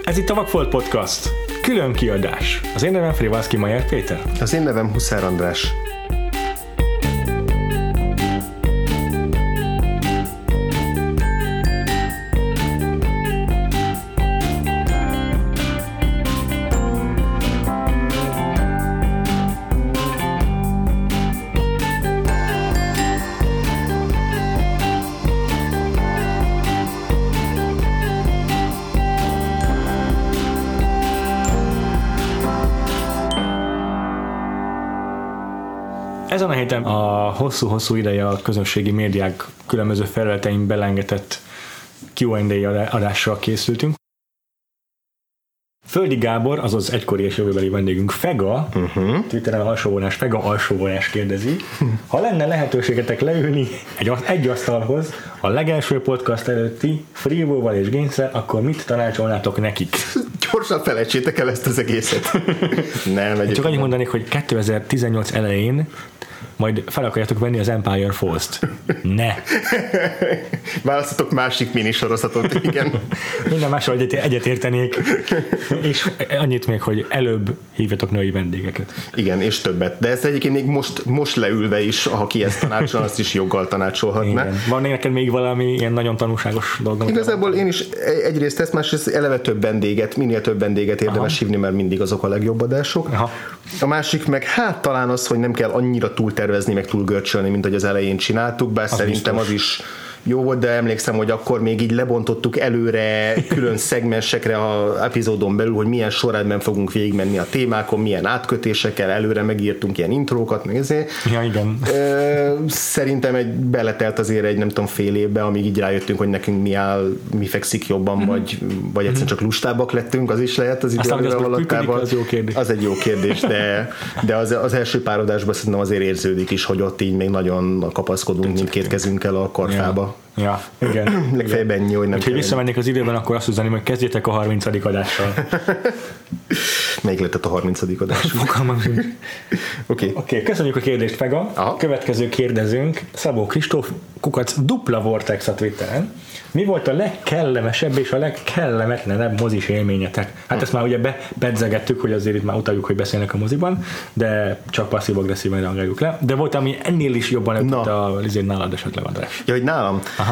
Ez itt a Vakfolt Podcast. Külön kiadás. Az én nevem Frivalszky Mayer Péter. Az én nevem Huszár András. Ezen a héten a hosszú-hosszú ideje a közösségi médiák különböző felületein belengetett Q&A adással készültünk. Földi Gábor, azaz egykori és jövőbeli vendégünk Fega, Twitteren alsóvonás, Fega alsóvonás kérdezi, ha lenne lehetőségetek leülni egy asztalhoz a legelső podcast előtti Frívóval és Génszer, akkor mit tanácsolnátok nekik? Gyorsan felejtsétek el ezt az egészet. Nem, csak annyit mondanék, hogy 2018 elején majd fel akarjátok venni az Empire Falls-t. Ne! Választatok másik minisorozatot, igen. Minden mással egyetértenék. És annyit még, hogy előbb hívjatok női vendégeket. Igen, és többet. De ezt egyébként még most leülve is, ha ki ezt tanácsol, azt is joggal tanácsolhatna. Igen. Van neked még valami ilyen nagyon tanulságos dolgom? Igazából én is egyrészt ezt, másrészt eleve több vendéget, minél több vendéget érdemes hívni, mert mindig azok a legjobb adások. Aha. A másik meg talán az, hogy nem kell annyira túltervezni, meg túl görcsölni, mint hogy az elején csináltuk, bár szerintem az is jó volt, de emlékszem, hogy akkor még így lebontottuk előre külön szegmensekre az epizódon belül, hogy milyen sorrendben fogunk végigmenni a témákon, milyen átkötésekkel, előre megírtunk ilyen intrókat, meg ezért. Ja, igen. Szerintem beletelt azért egy nem tudom fél évbe, amíg így rájöttünk, hogy nekünk mi fekszik jobban, vagy egyszerűen csak lustábbak lettünk, az is lehet az idő alattával. Az egy jó kérdés, de az első pár adásban szerintem azért érződik is, hogy ott így még nagyon kapaszkodunk mindkét kezünkkel a karfába. Ja, igen. Legfeljebb ennyi, hogy nem. Úgyhogy visszamennék az időben, akkor azt üzeném, hogy kezdjétek a 30. adással. Melyik lett a 30. adás? Oké, köszönjük a kérdést, Fega. Aha. Következő kérdezőnk Szabó Kristóf, @ Vortex a Twitteren. Mi volt a legkellemesebb és a legkellemetlenebb mozis élményetek? Hát ezt már ugye bedzegettük, hogy azért itt már utaljuk, hogy beszélnek a moziban, de csak passzív-agresszíven reagáljuk le. De volt, ami ennél is jobban ötött a Lizét nálad esetleg, András. Ja, hogy nálam? Aha.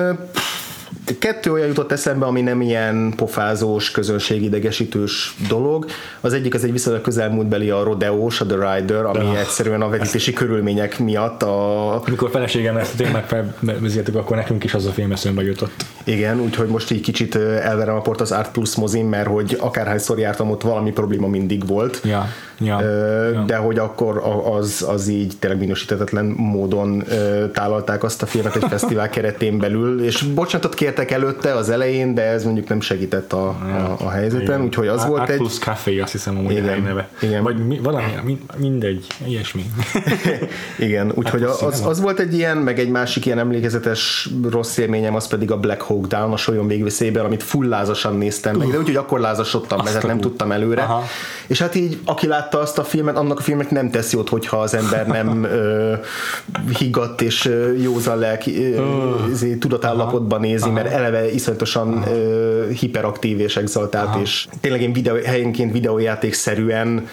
Kettő olyan jutott eszembe, ami nem ilyen pofázós, közönségidegesítős dolog. Az egyik az egy viszonylag közelmúltbeli a Rodeós, a The Rider, ami egyszerűen a vetítési körülmények miatt Amikor feleségem ezt a témát felvezértük, akkor nekünk is az a film eszünkbe jutott. Igen, úgyhogy most így kicsit elverem a port az Art Plus mozin, mert hogy akárhányszor jártam, ott valami probléma mindig volt. Ja. De hogy akkor az így tényleg minősíthetetlen módon tálalták azt a filmet egy fesztivál keretén belül, és bocsánatot kértek előtte az elején, de ez mondjuk nem segített a helyzeten, úgyhogy az volt egy... Plus Café, azt hiszem amúgy a neve. Igen. Vagy valami, mindegy, ilyesmi. Igen, úgyhogy az volt egy ilyen, meg egy másik ilyen emlékezetes rossz élményem, az pedig a Black Hawk Down, a Solyon végveszélyben, amit full lázasan néztem meg, de úgyhogy akkor lázasodtam, mert nem tudtam előre. Aha. És hát így, aki látta azt a filmet, annak a filmet nem tesz jót, hogyha az ember nem higgadt és józan lelki tudatállapotban nézi, mert eleve iszonyatosan hiperaktív és exaltált, és tényleg én helyenként videójátékszerűen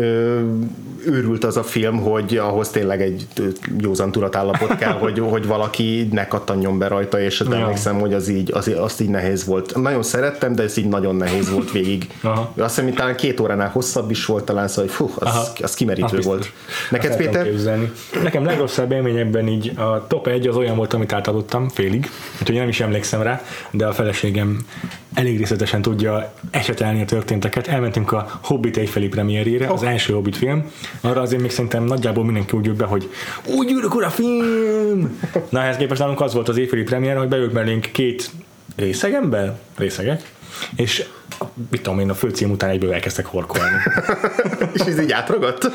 őrült az a film, hogy ahhoz tényleg egy józan tudatállapot kell, hogy valaki ne kattanjon be rajta, és emlékszem, hogy azt így nehéz volt. Nagyon szerettem, de ez így nagyon nehéz volt végig. Aha. Azt hiszem, hogy talán 2 óránál hosszabb is volt talán, szóval az kimerítő volt. Neked, Péter? Nekem legrosszabb élményekben így a top 1 az olyan volt, amit átaludtam félig, úgyhogy nem is emlékszem rá, de a feleségem elég részletesen tudja esetelni a történteket. Elmentünk a Hobbit éjféli premierjére, az első Hobbit film. Arra azért még szerintem nagyjából mindenki úgy jött be, hogy úgy ülök ura film! Na, ehhez képest nálunk az volt az éjféli premier, hogy beült mellénk 2 részegek, és mit tudom én, a főcím után egyből elkezdtek horkolni. És ez így átragadt?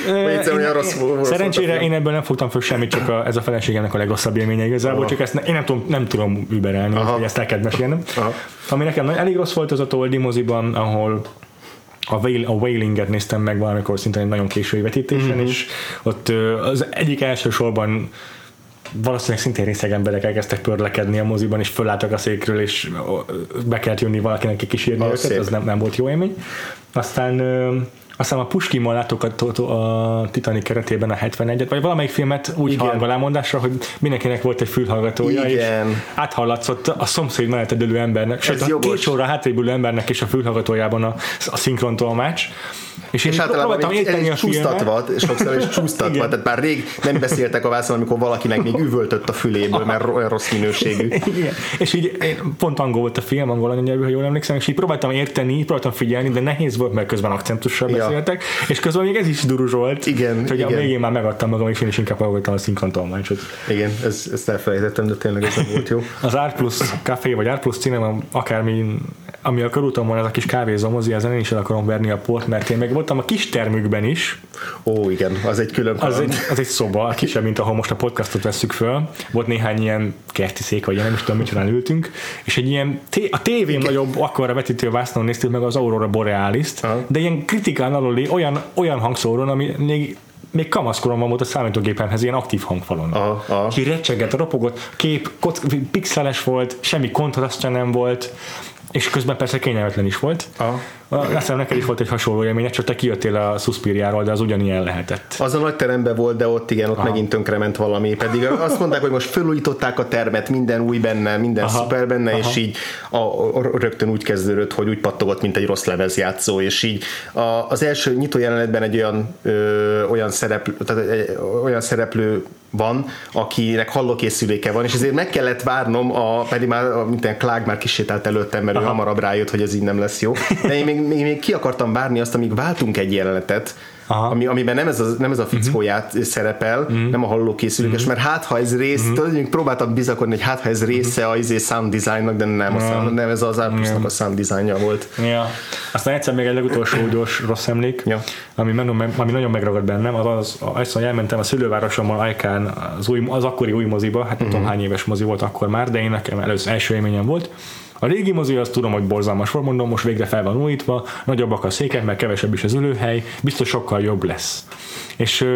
Szerencsére én ebből nem fogtam föl semmit, csak ez a feleségemnek a legrosszabb élménye igazából, csak ezt én nem tudom überelni, hogy ezt el kell mesélnem. Ami nekem elég rossz volt az a Toldi moziban, ahol a Wailing-et néztem meg valamikor szintén egy nagyon késői vetítésen, és ott az egyik első sorban valószínűleg szintén részeg emberek elkezdtek pörlekedni a moziban, és fölálltak a székről, és be kellett jönni valakinek kísérni őket, ez nem volt jó élmény. Aztán a Pushkinban láttuk a Titanic keretében a 71-et, vagy valamelyik filmet úgy hangolámondásra, hogy mindenkinek volt egy fülhallgatója, és áthallatszott a szomszéd mellett ülő embernek, sőt a két sorra hátrébb ülő embernek is a fülhallgatójában a szinkrontolmács. És általában még csúsztatva, sokszor is csúsztatva, tehát már rég nem beszéltek a vászon, amikor valakinek még üvöltött a füléből, mert olyan rossz minőségű. Igen. És így pont angol volt a film, angol anyanyelvű, ha jól emlékszem, és így próbáltam érteni, próbáltam figyelni, de nehéz volt, mert közben akcentussal beszéltek, és közben még ez is duruzsolt. Igen. Hogy a végén már megadtam magam, és én is inkább hallgattam a szinkrontolmácsot. Igen, ezt elfelejtettem, de tényleg ez nem volt jó. Az Art Plus Café, vagy Art Plus Cinema, akármi, ami a körúton van, ez a kis kávézó mozi, ezen én is el akarom verni a port, mert én meg voltam a kis termükben is. Ó, igen, az egy külön az egy szoba, kisebb, mint ahol most a podcastot vesszük föl. Volt néhány ilyen kerti szék, vagy nem is tudom, micsoda ültünk, és egy ilyen, a tévén nagyobb, akkor a vetítővásznon néztük meg az Aurora Borealis-t, de ilyen kritikán aluli olyan hangszóron, ami még kamaszkoromban volt a számítógépemhez ilyen aktív hangfalon. Ki recsegett, ropogott, kép pixeles volt, semmi kontrasztja nem volt, és közben persze kényelmetlen is volt. Aztán neked is volt egy hasonló élmény, csak te kijöttél a Suspiriáról, de az ugyanilyen lehetett. Az a nagy teremben volt, de ott igen, ott megint tönkrement valami. Pedig azt mondták, hogy most felújították a termet, minden új benne, minden szuper benne, és így rögtön úgy kezdődött, hogy úgy pattogott, mint egy rossz lemezjátszó, és így az első nyitó jelenetben egy olyan szereplő van, akinek hallókészüléke van, és ezért meg kellett várnom, pedig már minden Clark már kisétált előttem, mert ő hamarabb rájött, hogy ez így nem lesz jó. De én még ki akartam várni azt, amíg váltunk egy jelenetet, amiben nem ez a fickóját szerepel, nem a hallókészülékes, mert hát ha ez rész, próbáltam bizakodni, hogy hát ha ez része a sound designnak, de nem ez az Arpusnak a sound designja volt. Ja. Aztán egyszer még egy legutolsó gyors rossz emlék, ami nagyon megragad bennem, azt elmentem a szülővárosommal Ajkán az akkori új moziba, hát nem tudom hány éves mozi volt akkor már, de én nekem először első élményem volt. A régi mozi, azt tudom, hogy borzalmas volt, mondom, most végre fel van újítva, nagyobbak a székek, mert kevesebb is az ülőhely, biztos sokkal jobb lesz. És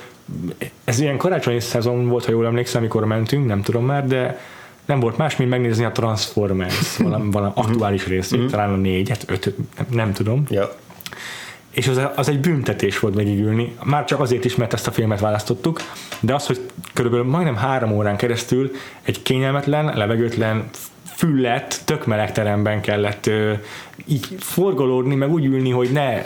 ez ilyen karácsonyi szezon volt, ha jól emlékszem, amikor mentünk, nem tudom már, de nem volt más, mint megnézni a Transformers valami aktuális részét, talán a 4, 5, nem tudom. Ja. És az egy büntetés volt végigülni, már csak azért is, mert ezt a filmet választottuk, de az, hogy körülbelül majdnem 3 órán keresztül egy kényelmetlen, levegőtlen, füllet, tök meleg teremben kellett így forgolódni, meg úgy ülni, hogy ne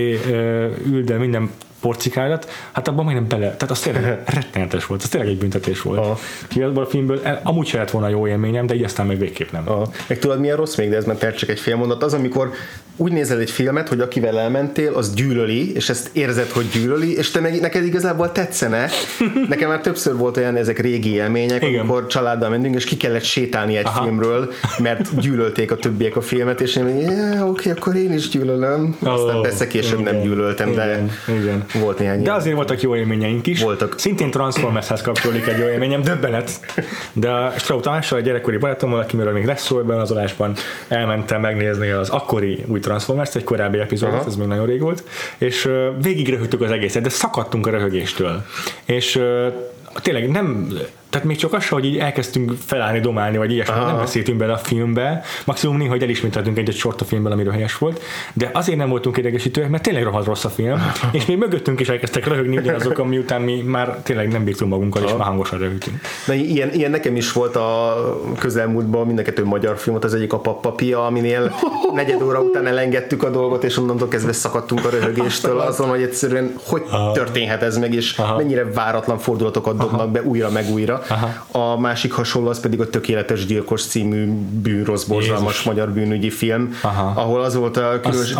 üld el minden porcikádat, hát abban majdnem bele, tehát az tényleg rettenetes volt, az tényleg egy büntetés volt. Ki abban a filmből amúgy se lett volna jó élményem, de így aztán meg végképp nem. Meg tudod milyen rossz még, de ez már csak egy fél mondat, az, amikor úgy nézel egy filmet, hogy akivel elmentél, az gyűlöli, és ezt érzed, hogy gyűlöli, és te neked igazából tetszene. Nekem már többször volt olyan, ezek régi élmények, amikor családdal mentünk, és ki kellett sétálni egy filmről, mert gyűlölték a többiek a filmet, és én oké, akkor én is gyűlölöm. Aztán persze később nem gyűlöltem, de volt néhány. De azért voltak jó élményeink is. Voltak. Szintén Transformershez kapcsolódik egy jó élményem, döbbenet. De a Straub Tamással, a gyerekkori barátommal, akiről még lesz szó ebben az adásban, elmentem megnézni az akkori új Transformers, egy korábbi epizódot, ez még nagyon rég volt, és végig röhögtük az egészet, de szakadtunk a röhögéstől. És tényleg nem, tehát még csak az, hogy így elkezdtünk felállni, domálni, vagy ilyesmi, nem beszéltünk bele a filmbe, maximum néha, hogy elismételtünk egy sort a filmben, amiről helyes volt, de azért nem voltunk idegesítőek, mert tényleg rohadt rossz a film, és még mögöttünk is elkezdtek röhögni ugyanazok, miután mi már tényleg nem bírtunk magunkkal, és már hangosan röhögtünk. Na, ilyen nekem is volt a közelmúltban, mind a 2 magyar film, az egyik a Pappapia, aminél 4 óra után elengedtük a dolgot, és onnantól kezdve szakadtunk a röhögéstől azon, hogy egyszerűen hogy történhet ez meg, és mennyire váratlan fordulatokat dobnak be újra meg újra. A másik hasonló az pedig a Tökéletes gyilkos című bűnrossz, borzalmas magyar bűnügyi film, ahol az volt a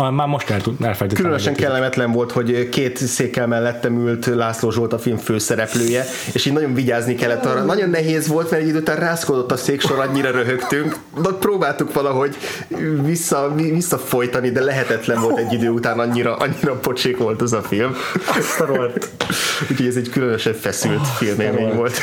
különösen kellemetlen volt, hogy 2 székkel mellettem ült László Zsolt, a film főszereplője, és így nagyon vigyázni kellett arra. Nagyon nehéz volt, mert egy idő után rászkodott a széksor, annyira röhögtünk, de próbáltuk valahogy visszafolytani, de lehetetlen volt egy idő után, annyira pocsék volt az a film. Úgyhogy ez egy különösen feszült filmélmény volt.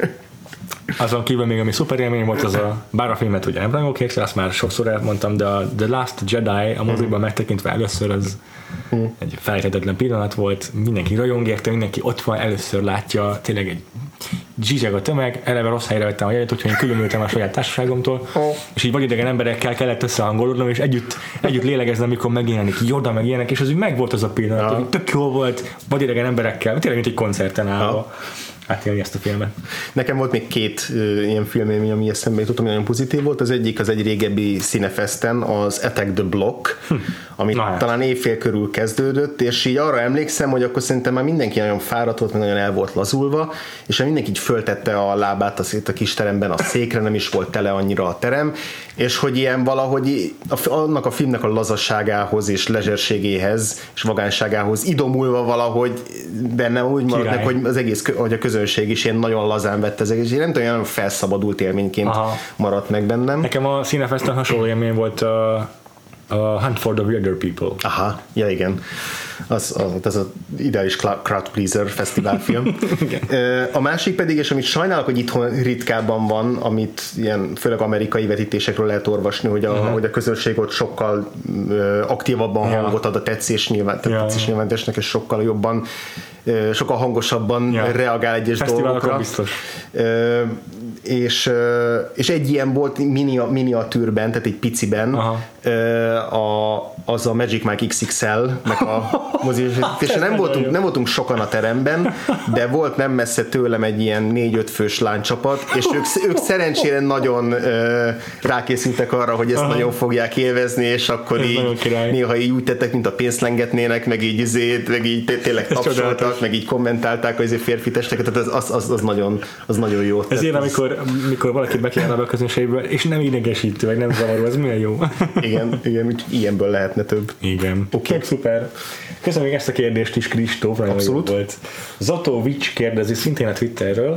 Azon kívül még ami szuper élmény volt, az bár a filmet ugye nem rajongok érte, azt már sokszor elmondtam, de a The Last Jedi a moziban megtekintve először az egy felejthetetlen pillanat volt, mindenki rajong érte, mindenki ott van, először látja, tényleg egy zsizseg a tömeg, eleve rossz helyre vettem a jegyet, úgyhogy én különültem a saját társaságomtól, és így vadidegen emberekkel kellett összehangolódnom, és együtt lélegeznem, amikor megjelenik Yoda, meg ilyenek, és az úgy megvolt az a pillanat, hogy tök jó volt vadidegen emberekkel, tényleg mint egy koncerten állva átélni ezt a filmet. Nekem volt még 2 ilyen filmélmény, ami eszembe jutott, ami nagyon pozitív volt. Az egyik az egy régebbi Cinefesten, az Attack the Block, amit talán éjfél körül kezdődött, és így arra emlékszem, hogy akkor szerintem már mindenki nagyon fáradt volt, nagyon el volt lazulva, és mindenki így föltette a lábát a kis teremben a székre, nem is volt tele annyira a terem, és hogy ilyen valahogy annak a filmnek a lazasságához és lezserségéhez és vagánságához idomulva valahogy bennem úgy maradt meg, hogy az egész, hogy a közönség is ilyen nagyon lazán vett az egész, és nem tudom, olyan felszabadult élményként maradt meg bennem. Nekem a Cinefesten hasonló élmény volt a Hunt for the Wilder People. Aha, ja igen. Az az ideális crowd pleaser fesztiválfilm. A másik pedig, és amit sajnálok, hogy itthon ritkábban van, amit ilyen főleg amerikai vetítésekről lehet olvasni, hogy a közönség ott sokkal aktívabban hangot ad a tetszés nyilvántásnak, és sokkal jobban, sokkal hangosabban reagál egyes dolgokra. Biztos. És egy ilyen volt miniatűrben, tehát egy piciben, az a Magic Mike XXL-nek a mozisítése. Nem voltunk sokan a teremben, de volt nem messze tőlem egy ilyen 4-5 fős lánycsapat, és ők szerencsére nagyon rákészültek arra, hogy ezt nagyon fogják élvezni, és akkor ez így néha így úgy tettek, mint a pénzt lengetnének, meg így tényleg tapsoltak, meg így kommentálták az férfi testeket, tehát az nagyon jó. Ezért, amikor valakit bekérne a közönségből, és nem idegesítő, vagy nem zavaró, az milyen jó. Igen, úgy ilyenből lehetne több. Igen. Okay. Szuper. Köszönjük ezt a kérdést is, Kristóf. Abszolút. Volt. Zatovics kérdezi szintén a Twitterről.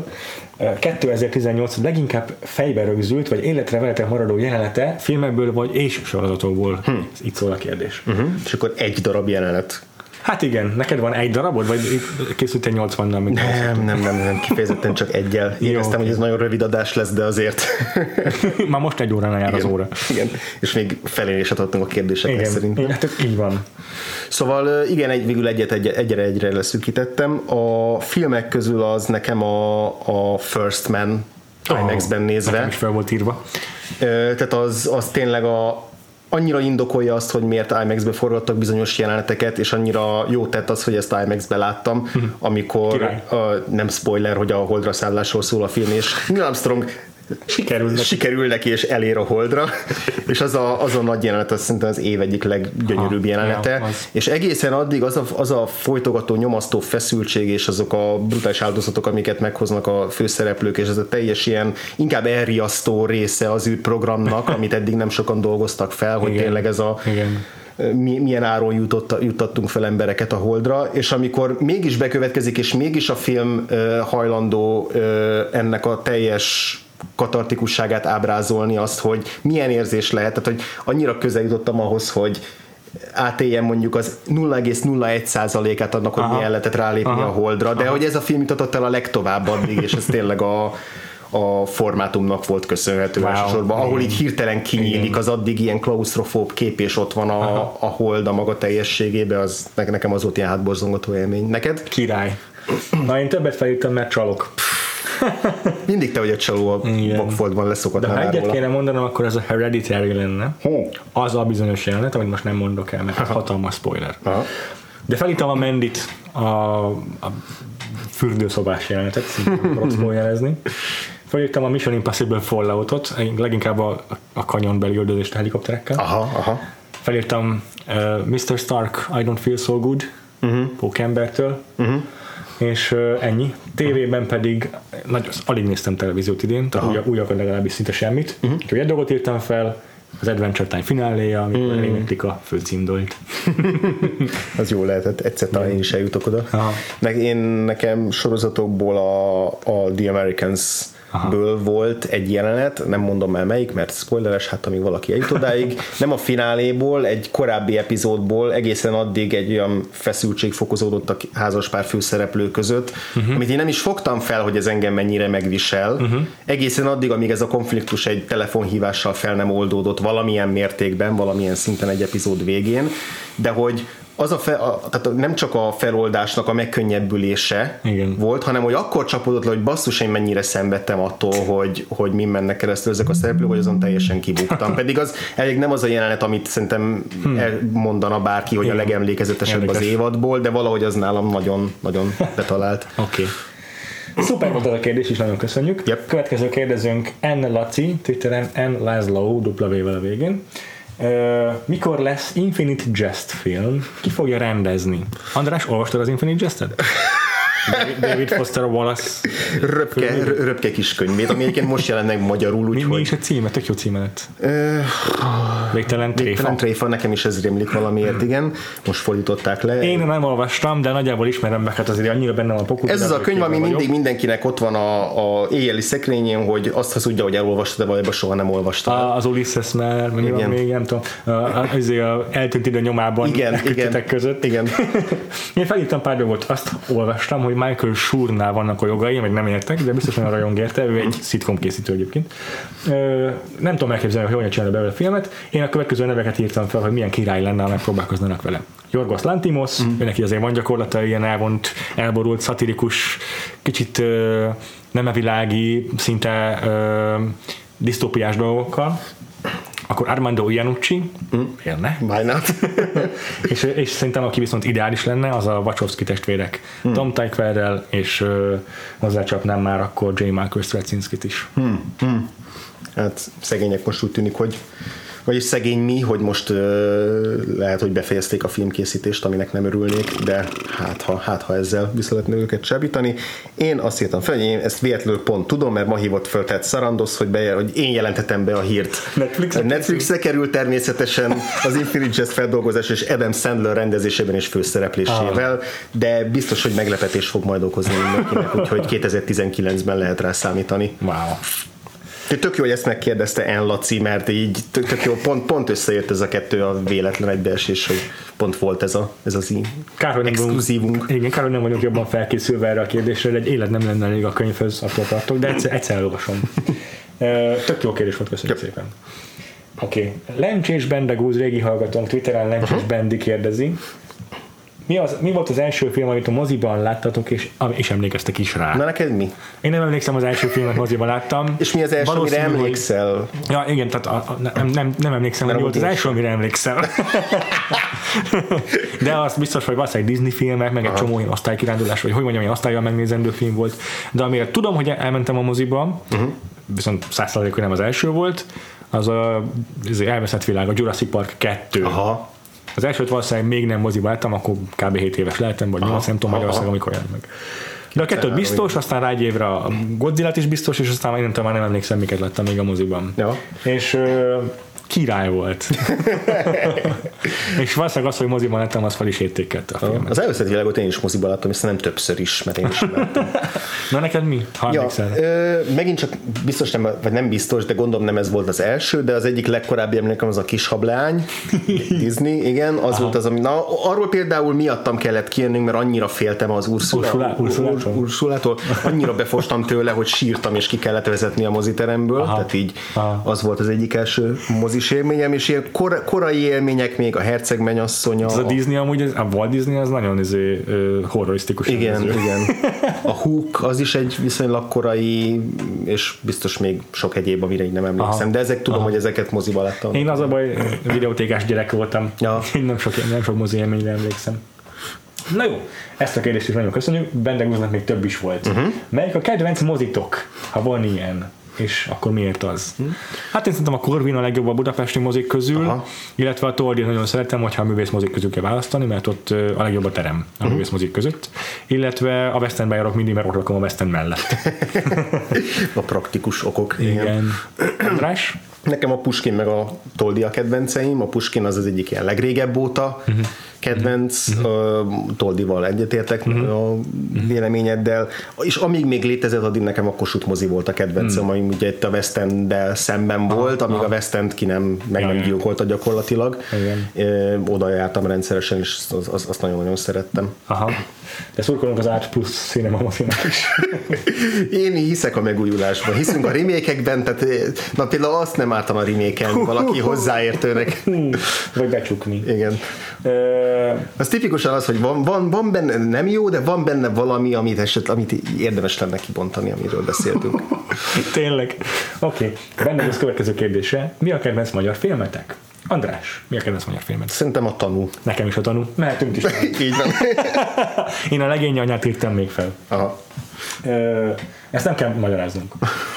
2018 leginkább fejbe rögzült, vagy életre veletek maradó jelenete filmekből, vagy és sorozatokból. Itt szól a kérdés. És akkor egy darab jelenet. Hát igen, neked van egy darabod, vagy készült egy 80-nal? Nem, kifejezetten csak egyel. Éreztem, hogy ez nagyon rövid adás lesz, de azért... Már most 1 óránál jár az óra. Igen, és még felé is adhatunk a kérdéseknek szerintem. Hát így van. Szóval igen, végül egyre leszűkítettem. A filmek közül az nekem a First Man IMAX-ben nézve. Nekem is fel volt írva. Tehát az tényleg annyira indokolja azt, hogy miért IMAX-be forgattak bizonyos jeleneteket, és annyira jó tett az, hogy ezt IMAX-be láttam, amikor nem spoiler, hogy a holdra szállásról szól a film, és Neil Armstrong sikerül neki, és elér a holdra, és az a nagy jelenet, az szerintem az év egyik leggyönyörűbb jelenete, és egészen addig az a folytogató, nyomasztó feszültség, és azok a brutális áldozatok, amiket meghoznak a főszereplők, és ez a teljes ilyen inkább elriasztó része az űrprogramnak, amit eddig nem sokan dolgoztak fel, hogy tényleg ez a milyen áron juttattunk fel embereket a holdra, és amikor mégis bekövetkezik, és mégis a film hajlandó ennek a teljes katartikusságát ábrázolni, azt, hogy milyen érzés lehet, tehát hogy annyira közel jutottam ahhoz, hogy átéljen mondjuk az 0,01%-át annak, hogy milyen lehetett rálépni a holdra, de hogy ez a film jutott el a legtovább addig, és ez tényleg a formátumnak volt köszönhető elsősorban, ahol így hirtelen kinyílik az addig ilyen klausztrofób kép, és ott van a hold a maga teljességében, az nekem az volt ilyen hátborzongató élmény. Neked? Király. Na, én többet felírtam, mert csalok. Mindig te vagy a csaló a Vogfoldban leszokott. De ha egyet kéne mondanom, akkor az a Hereditary lenne. Az a bizonyos jelenet, amit most nem mondok el, mert hatalmas spoiler. De felírtam a Mandit, a fürdőszobás jelenetet, szintén akarok spoilerezni. Felírtam a Mission Impossible Falloutot, leginkább a kanyonbeli üldözést a helikopterekkel. Felírtam Mr. Stark, I Don't Feel So Good, Pókembertől. És ennyi. TV-ben pedig alig néztem televíziót idén, tehát újakat legalábbis szinte semmit. Úgyhogy egy dolgot írtam fel, az Adventure Time fináléja, amikor eléneklik a főcímdalt. Az jó lehetett, egyszer talán én is eljutok oda. Nekem sorozatokból a The Americans-ből volt egy jelenet, nem mondom el melyik, mert spoileres, hát amíg valaki eljut odáig, nem a fináléból, egy korábbi epizódból egészen addig egy olyan feszültség fokozódott a házaspár főszereplő között, amit én nem is fogtam fel, hogy ez engem mennyire megvisel, egészen addig, amíg ez a konfliktus egy telefonhívással fel nem oldódott valamilyen mértékben, valamilyen szinten egy epizód végén, de hogy tehát nem csak a feloldásnak a megkönnyebbülése volt, hanem hogy akkor csapódott le, hogy basszus, én mennyire szenvedtem attól, hogy mi mennek keresztül ezek a szereplők, hogy azon teljesen kibuktam. Pedig az elég nem az a jelenet, amit szerintem mondana bárki, hogy a legemlékezetesebb az évadból, de valahogy az nálam nagyon, nagyon betalált. Oké. Szuper volt az a kérdés is, nagyon köszönjük. Yep. Következő kérdezőnk N. Laci, Twitteren N. László, W-vel a végén. Mikor lesz Infinite Jest film? Ki fogja rendezni? András, olvastad az Infinite Jest-et? David Foster Wallace röpke kis könyvét, ami egyébként most jelent meg magyarul, úgyhogy... Mi is a címe? Tök jó címe lett. Végtelen tréfa, nekem is ez rémlik valamiért, igen. Most fordították le. Én nem olvastam, de nagyjából ismerem meg, hát azért annyira benne van a pokul. Ez az a könyv, ami mindig mindenkinek ott van a éjjeli szekrényén, hogy azt hazudja, hogy elolvastad, de valójában soha nem olvastad. Az Ulysses már, még nem tudom, eltűnt idő nyomában között. Igen. Én felírtam pár dolgot, azt olvastam, hogy Michael Schurnál vannak a jogai, meg nem értek, de biztos nagyon rajong érte, ő egy szitkom készítő egyébként. Nem tudom elképzelni, hogy hogyan csinálja belőle a filmet. Én a következő neveket írtam fel, hogy milyen király lenne, ha megpróbálkoznának vele. Yorgos Lanthimos, neki azért van gyakorlata, ilyen elvont, elborult, szatirikus, kicsit nemevilági, szinte disztópiás dolgokkal. Akkor Armando Iannucci élne. Why not? és szerintem aki viszont ideális lenne, az a Wachowski testvérek. Tom Tykwerrel, és hozzácsapnám már akkor J. Michael Straczynskit is. Hát szegények most úgy tűnik, hogy vagyis szegény mi, hogy most lehet, hogy befejezték a filmkészítést, aminek nem örülnék, de hát ha ezzel vissza lehetne őket csábítani. Én azt írtam fel, hogy én ezt véletlenül pont tudom, mert ma hívott föl tehát Sarandos, hogy én jelentetem be a hírt. Netflixre került természetesen az Infinite Jest feldolgozás és Adam Sandler rendezésében és főszereplésével, de biztos, hogy meglepetés fog majd okozni mindenkinek, úgyhogy 2019-ben lehet rá számítani. Wow. Tök jó, hogy ezt megkérdezte N. Laci, mert így tök jó, pont összejött ez a kettő a véletlen egybeesés, hogy pont volt ez az exkluzívunk. Igen, kár, hogy nem vagyok jobban felkészülve erre a kérdésre, egy élet nem lenne elég a könyvhöz, attól tartok, de egyszer elolvasom. Tök jó kérdés volt, köszönjük szépen. Oké. Lencs és Bendegúz régi hallgatónk Twitteren Lencs és Bendi kérdezi. Mi volt az első film, amit a moziban láttatok, és emlékeztek is rá? Na neked mi? Én nem emlékszem az első filmet moziban láttam. És mi az első, amire emlékszel? Ja, igen, tehát nem emlékszem, hogy mi volt az első, amire emlékszem. De azt biztos, hogy valószínűleg Disney filmek, meg egy csomó ilyen osztálykirándulás, vagy hogy mondjam, ilyen osztállyal megnézendő film volt. De amire tudom, hogy elmentem a moziba, viszont 100%-ul nem az első volt, az az elveszett világ, a Jurassic Park 2. Aha. Az elsőt valószínűleg még nem moziba láttam, akkor kb. 7 éves lehetem, vagy 8, nem tudom Magyarországon, amikor jelent meg. De a kettőt biztos, aztán rá egy évre a Godzilla-t is biztos, és aztán én nem emlékszem, miket láttam még a moziban. Ja. És király volt. És valószínűleg az, hogy moziban láttam, az fel is értékelte a filmet. Az elveszett világot én is moziban láttam, és nem többször is, mert én is láttam. Na neked mi? Megint csak biztos nem, vagy nem biztos, de gondolom nem ez volt az első, de az egyik legkorábbi emlékem az a Kis hableány, Disney, igen, az volt az, ami, arról például miattam kellett kijönnünk, mert annyira féltem az Ursulától, annyira befostam tőle, hogy sírtam, és ki kellett vezetni a moziteremből, tehát így az volt az egyik első mozis élményem, és ilyen korai élmények még a Herceg mennyasszonya. Ez a Disney amúgy, a Walt Disney az nagyon horrorisztikus. Igen. A Hook az is egy viszonylag korai, és biztos még sok egyéb, amire így nem emlékszem, de ezek tudom, hogy ezeket moziba láttam. Én az a baj, videótékás gyerek voltam. Ja. Nem sok mozi élményre emlékszem. Na jó, ezt a kérdést is nagyon köszönjük, Bendegúznak még több is volt. Melyik a kedvenc mozitok, ha van ilyen? És akkor miért az? Hát én szerintem a Corvin a legjobb a budapesti mozik közül, illetve a Tordit nagyon szeretem, hogyha a művész mozik közül kell választani, mert ott a legjobb a terem a művész mozik között, illetve a West Endbe járok mindig, mert ott lakom a West End mellett. A praktikus okok. Igen. András? Nekem a Pushkin meg a Toldi a kedvenceim. A Pushkin az egyik ilyen legrégebb óta kedvenc, Toldival egyetértek a véleményeddel, és amíg még létezett, addig nekem a Kossuth mozi volt a kedvencem, ami ugye itt a West Enddel szemben volt, amíg a West End ki nem gyilkolta gyakorlatilag. Oda jártam rendszeresen, és azt nagyon-nagyon szerettem. De szurkolunk az Art Plus Cinema mozinak is. Én hiszek a megújulásban, hiszünk a remake-ekben, tehát na például azt nem ártana remake-elni valaki hozzáértőnek. Vagy becsukni. Igen. Az tipikusan az, hogy van benne, nem jó, de van benne valami, amit érdemes lenne kibontani, amiről beszéltünk. Tényleg. Oké. Benne az következő kérdése. Mi a kedvenc magyar filmetek? András, mi a kedvenc magyar filmet? Szerintem a Tanú. Nekem is a Tanú. Mehetünk is. Így van. Én a Legénye anyát írtam még fel. Aha. Ezt nem kell magyaráznunk.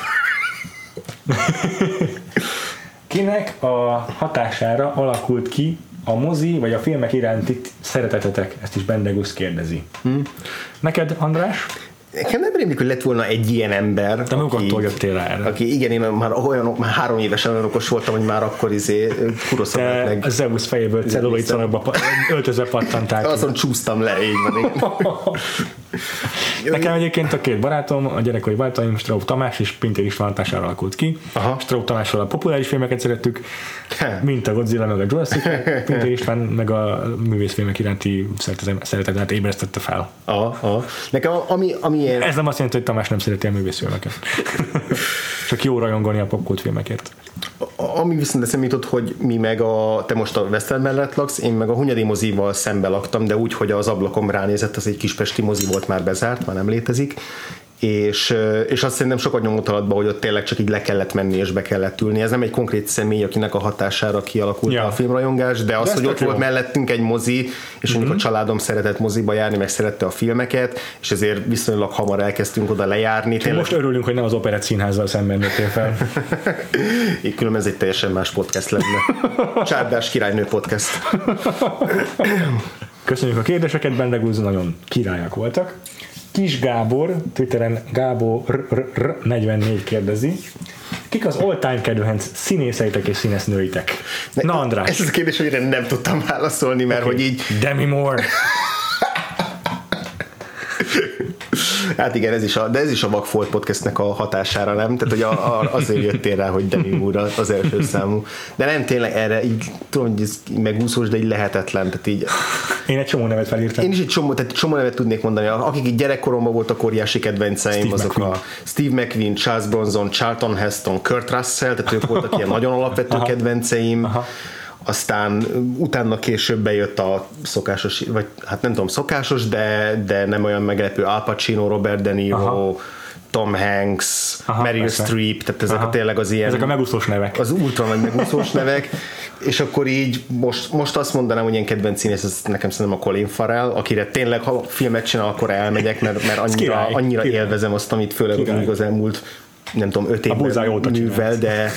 Kinek a hatására alakult ki a mozi vagy a filmek iránti szeretetetek? Ezt is Bendegusz kérdezi. Neked, András? Nekem nem rémlik, hogy lett volna egy ilyen ember. De magadtól jöttél rá erre. Aki, igen, én már 3 évesen olyan okos voltam, hogy már akkor kuroszom meg. A Zeus fejéből celluloid szalagba öltözve pattantál. Azon csúsztam le, így van. Nekem egyébként a két barátom, a gyerekkori barátaim, Straub Tamás és Pintér István hatására alakult ki. Straub Tamással a populáris filmeket szerettük, mint a Godzilla meg a Jurassic, Pintér István meg a művészfilmek iránti szeretetet ébresztette fel. Nekem ami ez nem azt jelenti, hogy Tamás nem szereti a művészfilmeket. Csak jó rajongani a popkult filmekért. Ami viszont eszembe jutott, hogy mi meg te most a Western mellett laksz, én meg a Hunyadi mozival szembe laktam, de úgy, hogy az ablakom ránézett, az egy kispesti mozi volt, már bezárt, már nem létezik, és azt szerintem sokat nyomott alatba, hogy ott tényleg csak így le kellett menni és be kellett ülni. Ez nem egy konkrét személy, akinek a hatására kialakult a filmrajongás, de az, hogy ott volt mellettünk egy mozi, és mondjuk a családom szeretett moziba járni, meg szerette a filmeket, és ezért viszonylag hamar elkezdtünk oda lejárni. Most örülünk, hogy nem az Operett Színházzal szemben nőttél fel. Különben ez egy teljesen más podcast lenne. Csárdás királynő podcast. Köszönjük a kérdéseket, Bendegúz, nagyon királyak voltak. Kis Gábor, Twitteren Gábor44 kérdezi, kik az all-time kedvenc színészeitek és színésznőitek? Na, András. Ez az a kérdés, hogy nem tudtam válaszolni, mert hogy így... Demi Moore. Hát igen, ez is a Vagfolt podcastnek a hatására, nem? Tehát, hogy azért jöttél rá, hogy Demi Moore az első számú. De nem tényleg erre, így tudom, hogy ez megúszós, de így lehetetlen. Tehát így... Én egy csomó nevet felírtam. Én is egy csomó nevet tudnék mondani. Akik így gyerekkoromban voltak óriási kedvenceim, azok a Steve McQueen, Charles Bronson, Charlton Heston, Kurt Russell, tehát ők voltak ilyen nagyon alapvető kedvenceim. Aha. Aztán utána később bejött a szokásos, vagy hát nem tudom szokásos, de nem olyan meglepő Al Pacino, Robert De Niro, Tom Hanks, Meryl Streep, tehát ezek tényleg az ilyen... Ezek a megúszós nevek. Az ultra nagy megúszós nevek, és akkor így most azt mondanám, hogy ilyen kedvenc színész, ez nekem szerintem a Colin Farrell, akire tényleg, ha filmet csinál, akkor elmegyek, mert annyira élvezem azt, amit főleg az elmúlt nem tudom, 5 évben művel,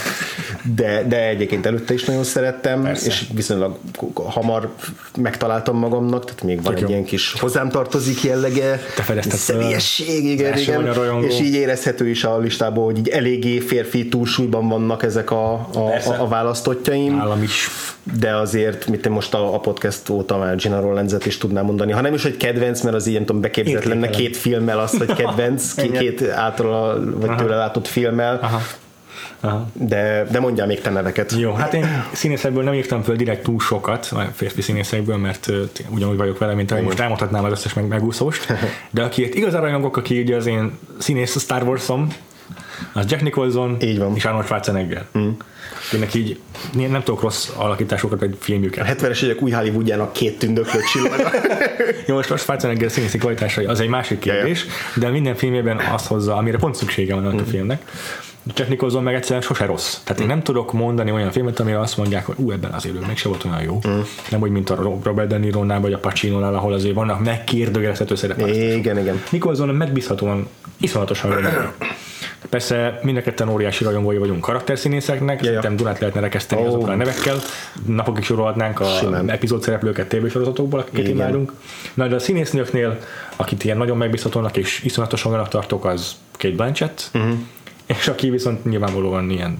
de egyébként előtte is nagyon szerettem, persze. És viszonylag hamar megtaláltam magamnak, tehát még van egy ilyen kis hozzám tartozik jellege, személyesség, igen, és így érezhető is a listából, hogy így eléggé férfi túlsúlyban vannak ezek a választottjaim. Állam is. De azért, mit én most a podcast óta már Gina Rowlandset is tudnám mondani, ha nem is, hogy kedvenc, mert az ilyen tudom, beképzett lenne 2 filmmel azt, hogy kedvenc, 2 által vagy tőle látott filmmel. Aha. De mondjál még te neveket. Jó, hát én színészekből nem írtam föl direkt túl sokat, férfi színészekből, mert ugyanúgy vagyok vele, mint ahogy most rámutatnám az összes megúszóst, de akiért igazán rajongok, aki ugye az én színész Star Wars-om, az Jack Nicholson és Arnold Schwarzenegger. Ennek így nem tudok rossz alakításokat, vagy filmjüket. A 70-es évek új Hollywoodjának 2 tündöklő csillaga. Jó, most Schwarzenegger színészi kvalitásai, az egy másik kérdés, de minden filmében azt hozza, amire pont szüksége van a filmnek. Jack Nicholson meg egyszerűen sose rossz. Tehát én nem tudok mondani olyan filmet, amire azt mondják, hogy ebben azért ő meg se volt olyan jó. Nem úgy, mint a Robert De Niro-nál, vagy a Pacino-nál, ahol azért vannak megkérdőjelezhető szerepválasztások. Igen. Nicholson megbízhatóan, iszonyatosan jó. Persze mind a ketten óriási rajongói vagyunk karakterszínészeknek, szerintem Dunát lehetne rekeszteni azokkal a nevekkel. Napokig sorolhatnánk a epizódszereplőket tévésorozatokból, akiket imádunk. Na, de a színésznőknél, akit ilyen nagyon megbízhatónak és iszonyatosan olyanak tartok, az Cate Blanchett. És aki viszont nyilvánvalóan ilyen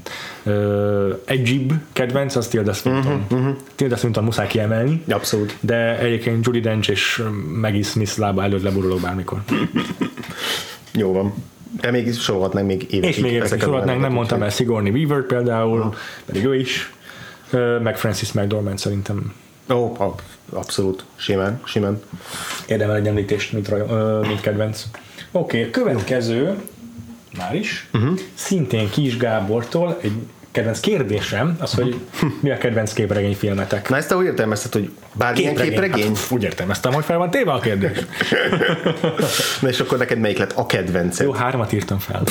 egyéb kedvenc, az Tilda Swinton. Tilda Swinton muszáj kiemelni. Abszolút. De egyébként Judi Dench és Maggie Smith lába előtt leborulok bármikor. Jó van. De még sorolhatnánk még évekig. És még évekig sorolhatnánk, nem mondtam el Sigourney Weaver például, pedig ő is, meg Frances McDormand szerintem Abszolút, simán. Érdemel egy említést, mint kedvenc. Oké, következő, már is, szintén Kis Gábortól egy kedvenc kérdésem, az, hogy mi a kedvenc képregényfilmetek? Na ezt ahogy értelmezted, hogy bármilyen képregény? Hát, úgy értelmeztem, hogy fel van téve a kérdés. Na és akkor neked melyik lett a kedvenced? Jó, 3 írtam fel.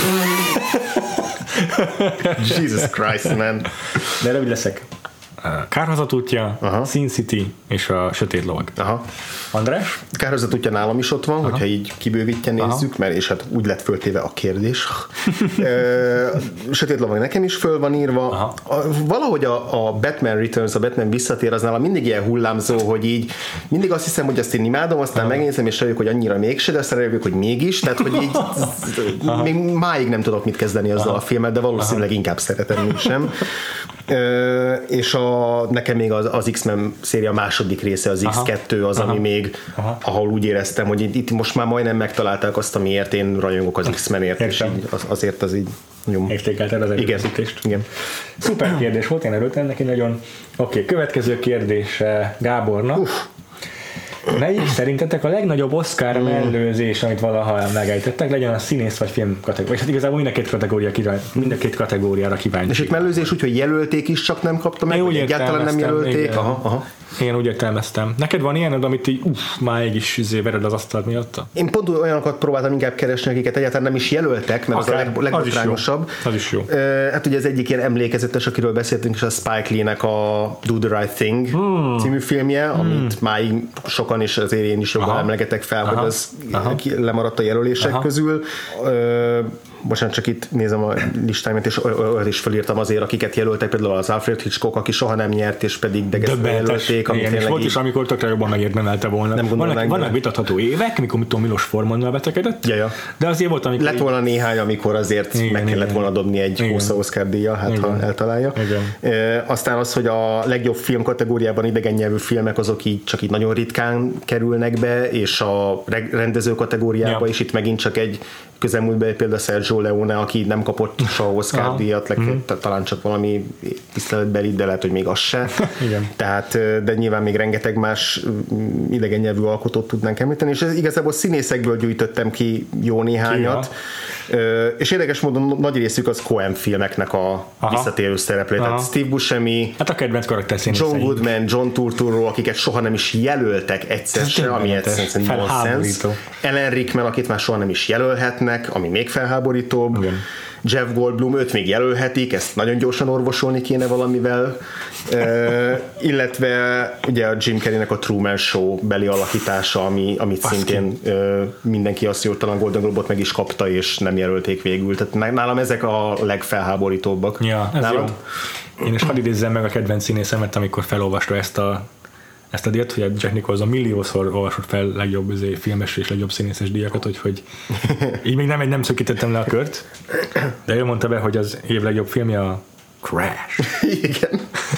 Jesus Christ, man. De rövid leszek. Kárhozat útja, Sin City és a Sötét lovag. András? Kárhozat útja nálam is ott van, hogyha így kibővítjen nézzük, mert és hát úgy lett föltéve a kérdés. Sötét lovag nekem is föl van írva. Valahogy a Batman Returns, a Batman visszatér, az nálam mindig ilyen hullámzó, hogy így mindig azt hiszem, hogy azt én imádom, aztán megnézem, és rájövök, hogy annyira mégse, de aztán rájövök, hogy mégis, tehát hogy így még máig nem tudok mit kezdeni azzal a filmmel, de valószínűleg inkább szeretem, mint sem. És nekem még az X-Men széria második része, az X2 az, ami még, ahol úgy éreztem, hogy itt most már majdnem megtalálták azt, amiért én rajongok az X-Menért, és azért az így nagyon... Értékelted az előkészítést. Igen. Szuper kérdés volt, én örültem neki nagyon. Oké, következő kérdés Gábornak. Melyik szerintetek a legnagyobb Oscar mellőzés, amit valaha megejtettek, legyen a színész vagy film kategória? És hát igazából mind a két kategóriára kíváncsi. És itt mellőzés úgy, hogy jelölték is, csak nem kapta meg, vagy egyáltalán nem jelölték? Én úgy értelmeztem. Neked van ilyen, amit így máig is vered az asztalt miatta? Én pont olyanokat próbáltam inkább keresni, akiket egyáltalán nem is jelöltek, mert akár, az a legbotrányosabb. Az is jó. Hát ugye az egyik ilyen emlékezetes, akiről beszéltünk, és a Spike Lee-nek a Do the Right Thing című filmje, amit máig sokan is, azért én is jobban emlegetek fel, hogy az lemaradt a jelölések közül. Bocsánat, csak itt nézem a listáimat, és olyat is felírtam azért, akiket jelöltek, például az Alfred Hitchcock, aki soha nem nyert, és pedig Degesztve jelölték. Igen, és volt is, amikor tökre jobban megérdemelte volna. Vannak vitatható évek, mikor Milos Formannal betegedett, de azért volt, amikor... Lett volna néhány, amikor azért meg kellett volna dobni egy Oscar díjjal, hát ha eltalálja. Aztán az, hogy a legjobb film kategóriában idegen nyelvű filmek, azok így csak így nagyon ritkán kerülnek be, és a rendező kategóriába is itt megint csak egy közelmúltban például Sergio Leone, aki nem kapott soha Oscar díjat, talán csak valami tiszteletbeli, de lehet, hogy még az se. Tehát, de nyilván még rengeteg más idegen nyelvű alkotót tudnánk említeni, és igazából színészekből gyűjtöttem ki jó néhányat, és érdekes módon nagy részük az Coen filmeknek a visszatérő szereplő. Tehát Steve Buscemi, hát a kedvenc karakterszínészei. John Goodman, John Turturro, akiket soha nem is jelöltek egyszer se, ami egyszerűen nonsense. Ellen Rickman, akit már soha nem is jelölhetnek, ami még felháborítóbb. Igen. Jeff Goldblum, őt még jelölhetik, ezt nagyon gyorsan orvosolni kéne valamivel, illetve ugye a Jim Carreynek a Truman Show beli alakítása, amit szintén mindenki azt jól, talán Golden Globe-ot meg is kapta, és nem jelölték végül. Tehát nálam ezek a legfelháborítóbbak. Ja, ez jó. Én is hadd idézzem meg a kedvenc színészemet, amikor felolvasta ezt a díjat, hogy a Jack Nicholson milliószor olvasott fel legjobb filmes és legjobb színészes díjakat, hogy így még nem szökítettem le a kört, de ő mondta be, hogy az év legjobb filmje a Crash. Igen.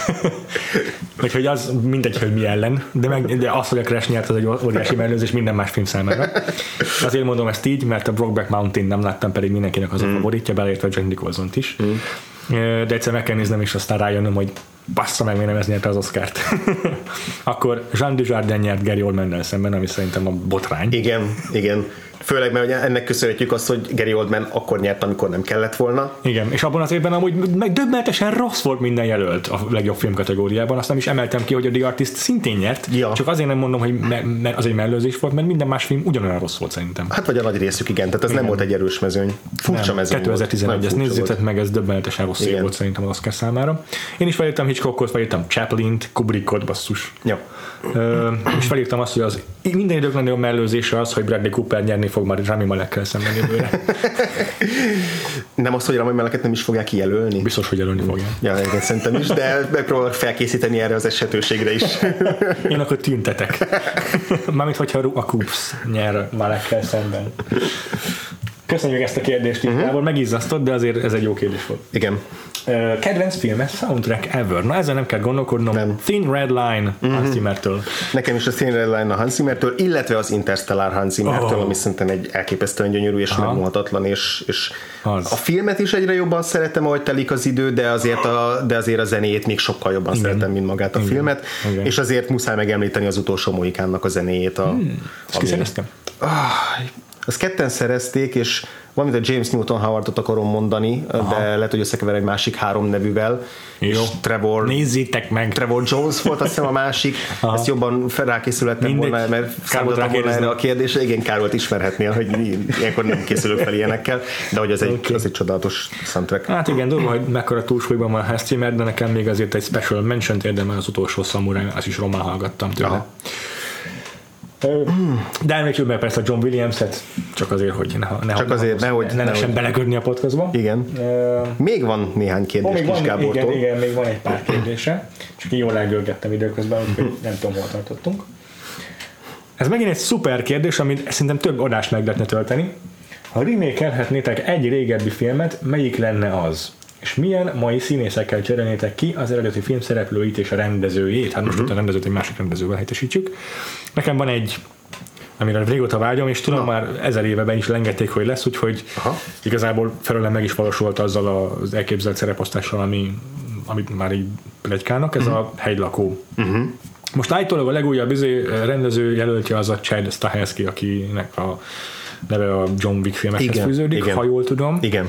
Úgyhogy az mindegy, hogy mi ellen, de az, hogy a Crash nyert, az egy óriási mellőzés minden más film számára. Azért mondom ezt így, mert a Brokeback Mountain nem láttam, pedig mindenkinek az a favoritja, beleértve Jack Nicholsont is. De egyszer meg kell néznem, és aztán rájönnöm, hogy bassza meg, miért nem ez nyerte az Oscart. Akkor Jean Dujardin nyert Gary Oldmannel szemben, ami szerintem a botrány. Igen. Főleg, mert ennek köszönhetjük azt, hogy Gary Oldman akkor nyert, amikor nem kellett volna. Igen, és abban az évben amúgy döbbenetesen rossz volt minden jelölt a legjobb film kategóriában. Azt nem is emeltem ki, hogy a The Artist szintén nyert, csak azért nem mondom, hogy mert az egy mellőzés volt, mert minden más film ugyanolyan rossz volt szerintem. Hát vagy a nagy részük, igen, tehát ez nem volt egy erős mezőny. Furcsa mezőny 2011, ezt nézzétek meg, ez döbbenetesen rossz év volt szerintem az Oscar számára. Én is felírtam Hitchcockot, felírtam Chaplint, Kubrickot, basszus. Ja. És felírtam azt, hogy az minden idők legnagyobb mellőzése az, hogy Bradley Cooper nyerni fog már Rami Malekkel szemben jövőre. Nem azt, hogy Rami Maleket nem is fogják kijelölni? Biztos, hogy jelölni fogják. Ja, igen, szerintem is, de megpróbálok felkészíteni erre az esetőségre is. Én akkor tüntetek. Mármint, hogyha a Coops nyer Malekkel szemben. Köszönjük ezt a kérdést, Gábor, megizzasztott, de azért ez egy jó kérdés volt. Igen. Kedvenc filmes soundtrack ever. Na ezzel nem kell gondolkodnom. Nem. Thin Red Line Hans Zimmertől. Nekem is a Thin Red Line a Hans Zimmertől, illetve az Interstellar Hans Zimmertől, ami szerintem egy elképesztően gyönyörű és megmondhatatlan, és a filmet is egyre jobban szeretem, ahogy telik az idő, de azért a zenéjét még sokkal jobban szeretem, mint magát a filmet, és azért muszáj megemlíteni az utolsó Mohikánnak a zenéjét. Ezt kiszereztem? Azt ketten szerezték, és valamint a James Newton Howardot akarom mondani, de lehet, hogy összekever egy másik 3 nevűvel. Jó. Nézzétek meg! Trevor Jones volt azt hiszem a másik. Ezt jobban rákészülettem volna, mert számoltam volna erre a kérdésre. Igen, kár volt ismerhetnél, hogy ilyenkor nem készülök fel ilyenekkel, de hogy az egy csodálatos soundtrack. Hát igen, durva, hogy mekkora túlsúlyban van a Hans Zimmer, de nekem még azért egy special mention-t érdemel az utolsó Samurai, azt is román hallgattam tőle. De említsük persze a John Williams-et, csak azért, hogy ne lehessen beleködni a podcastba. Igen. Még van néhány kérdés Kis Gábortól. Igen, még van egy pár kérdése. Csak én jól elgölgettem időközben, úgyhogy nem tudom, hol tartottunk. Ez megint egy szuper kérdés, amit szerintem több adást meg lehetne tölteni. Ha remake-elhetnétek egy régebbi filmet, melyik lenne az? És milyen mai színészekkel cserélnétek ki az eredeti film szereplőit és a rendezőjét? Hát most a rendezőt egy másik rendezővel helyettesítjük. Nekem van egy, amire régóta vágyom, és tudom már 1000 éveben is lengették, hogy lesz, úgyhogy igazából felőlem meg is valósult azzal az elképzelt szereposztással, amit már így pletykálnak, ez a hegylakó. Most állítólag a legújabb rendező jelöltje az a Chad Stahelski, akinek a neve a John Wick filmekhez fűződik, ha jól tudom. Igen.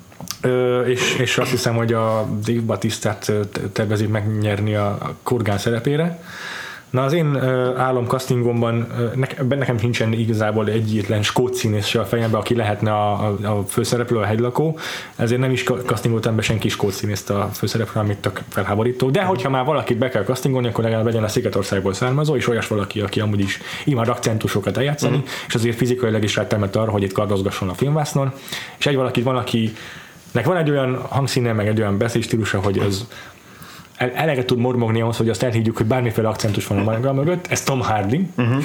És azt hiszem, hogy a Dave Bautistát tervezik megnyerni a Kurgán szerepére. Na az én álomkasztingomban nekem nincsen igazából egyetlen skót színész se a fejemben, aki lehetne a főszereplő, a hegylakó, ezért nem is kasztingoltam be senki skót színészt a főszereplő, amit tök felháborító. De hogyha már valakit be kell kasztingolni, akkor legalább legyen a Szigetországból származó, és olyas valaki, aki amúgy is imád akcentusokat eljátszani, és azért fizikailag is rátermett arra, hogy itt kardozgasson a filmvásznon. És egy valaki van, akinek van egy olyan hangszíne, meg egy olyan beszédstílusa, hogy az eleget tud mormogni ahhoz, hogy azt elhiggyük, hogy bármiféle akcentus van a maga mögött, ez Tom Hardy.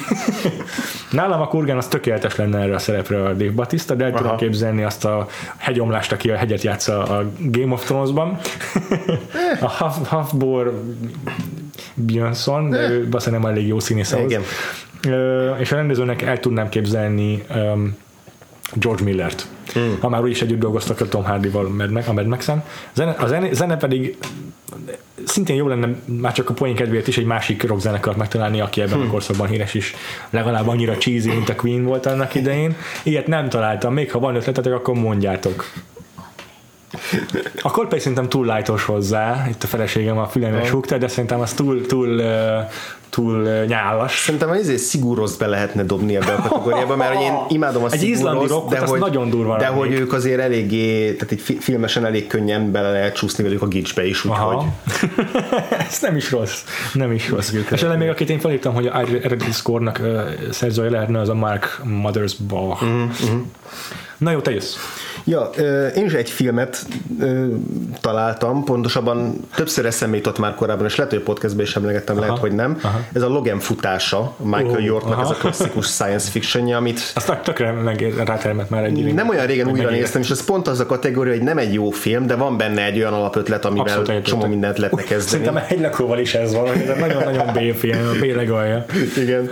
Nálam a Kurgán az tökéletes lenne erre a szerepre a Dave Bautista, de el tudom képzelni azt a hegyomlást, aki a hegyet játsza a Game of Thrones-ban. A Halfbor Björnsson, de ő bassza nem elég jó színész ahhoz. És a rendezőnek el tudnám képzelni George Millert. Ha már úgyis együtt dolgoztak a Tom Hardy-val a Mad Max-en. A zene pedig szintén jó lenne már csak a poén kedvéért is egy másik rockzenekart megtalálni, aki ebben a korszakban híres is, legalább annyira cheesy, mint a Queen volt annak idején. Ilyet nem találtam, még ha van ötletetek, akkor mondjátok. A Coldplay szerintem túl lightos hozzá, itt a feleségem a fülemre súgta, de szerintem az túl nyálas. Szerintem azért szigúrozt be lehetne dobni ebbe a kategóriába, mert én imádom a szigúrozt, de hogy ők azért eléggé, tehát egy filmesen elég könnyen bele lehet csúszni velük a gicsbe is, úgyhogy. Ez nem is rossz. És ellen még akit én felírtam, hogy eredeti score-nak szerzője lehetne, az a Mark Mothersbaugh. Na jó, te jössz. Ja, én is egy filmet találtam, pontosabban többször eszembe jutott már korábban, és lehet, hogy a podcastban is emlegettem, lehet, hogy nem. Ez a Logan futása, Michael Yorknak ez a klasszikus science fictionje, amit... Azt tökre rátermett már egy nem olyan régen újra néztem, és ez pont az a kategória, hogy nem egy jó film, de van benne egy olyan alapötlet, amivel csomó mindent lehetne kezdeni. Szerintem egy lakóval is ez van, hogy ez nagyon-nagyon B-film, B-legalja. Igen,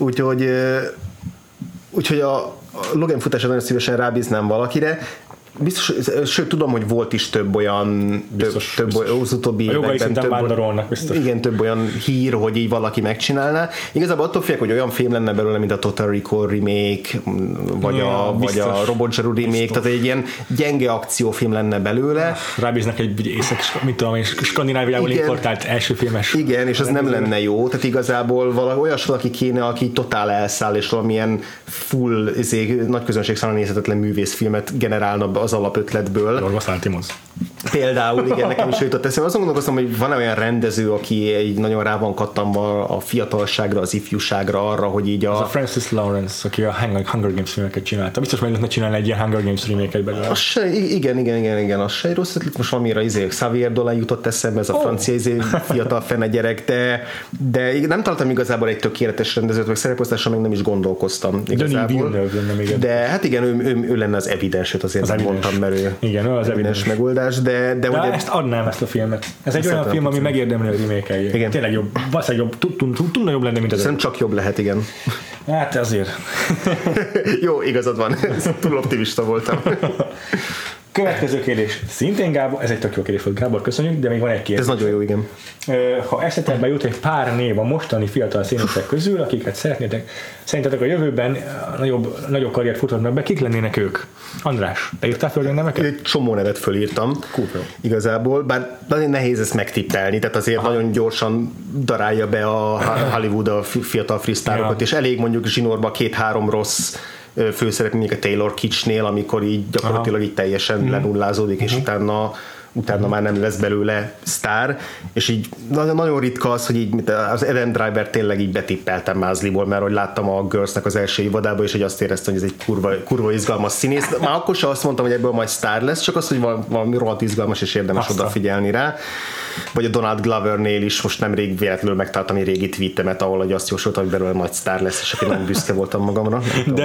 úgyhogy a Logan futásra nagyon szívesen rábíznám valakire. Biztos, sőt tudom, hogy volt is több olyan az utóbbi években több olyan hír, hogy így valaki megcsinálná. Igazából attól félek, hogy olyan film lenne belőle, mint a Total Recall remake, vagy a Robot Zsaru remake, tehát egy ilyen gyenge akciófilm lenne belőle. Rábíznak egy Skandináviából importált első filmes. Igen, és az nem lenne jó, tehát igazából valaki kéne, aki totál elszáll, és valamilyen full nagy közönség számára nézhetetlen művészfilmet generálna az alapötletből. Yorgos Lanthimos. Például, igen, nekem is jutott eszembe. Azon gondolkoztam, hogy van olyan rendező, aki egy nagyon rá van kattanva a fiatalságra, az ifjúságra, arra, hogy így a Francis Lawrence, aki a Hunger Games filmeket csinálta. Biztos meg lehetne csinálni egy ilyen Hunger Games remake-et belőle. Igen, az se rossz ötlet. Most valamire Xavier Dolan jutott eszembe, ez a francia fiatal fene gyerek, de nem találtam igazából egy tökéletes rendezőt, vagy szereposztásra még nem is gondolkoztam igazából. De hát igen, ő lenne az evidens, azért nem mondtam, mert ő igen, az evidens megoldás, de ugye... ezt adnám, ezt a filmet. Ez egy olyan film, ami megérdemli, hogy remake-eljék. Igen. Tényleg jobb, valószínűleg jobb, tudna jobb lenni, mint az. Szerintem csak jobb lehet, igen. Hát azért. Jó, igazad van, túl optimista voltam. Következő kérdés. Szintén Gábor, ez egy tök jó kérdés volt, Gábor, köszönjük, de még van egy kérdés. Ez nagyon jó, igen. Ha eszetekbe jut egy pár név a mostani fiatal színészek közül, akiket szerintetek a jövőben nagyobb karriert futhatnak be, kik lennének ők? András, te írtál föl a neveket? Egy csomó nevet fölírtam. Cool. Igazából, bár nagyon nehéz ezt megtippelni, tehát azért nagyon gyorsan darálja be a Hollywood a fiatal freestylokat, és elég mondjuk zsinórba 2-3 rossz főszerep, mondjuk a Taylor Kitschnél, amikor így gyakorlatilag így teljesen lenullázódik, és utána már nem lesz belőle sztár, és így nagyon ritka az, hogy így az Adam Driver tényleg így betippeltem mázliból, mert hogy láttam a Girls-nek az első évadában, és hogy azt éreztem, hogy ez egy kurva izgalmas színész. Már akkor sem azt mondtam, hogy ebből majd sztár lesz, csak az, hogy valami rohadt izgalmas, és érdemes odafigyelni rá. Vagy a Donald Glovernél is most nemrég véletlenül megtaláltam egy régi tweetemet, ahol hogy azt jósoltam, hogy belőle majd sztár lesz, és akkor nagyon büszke voltam magamra.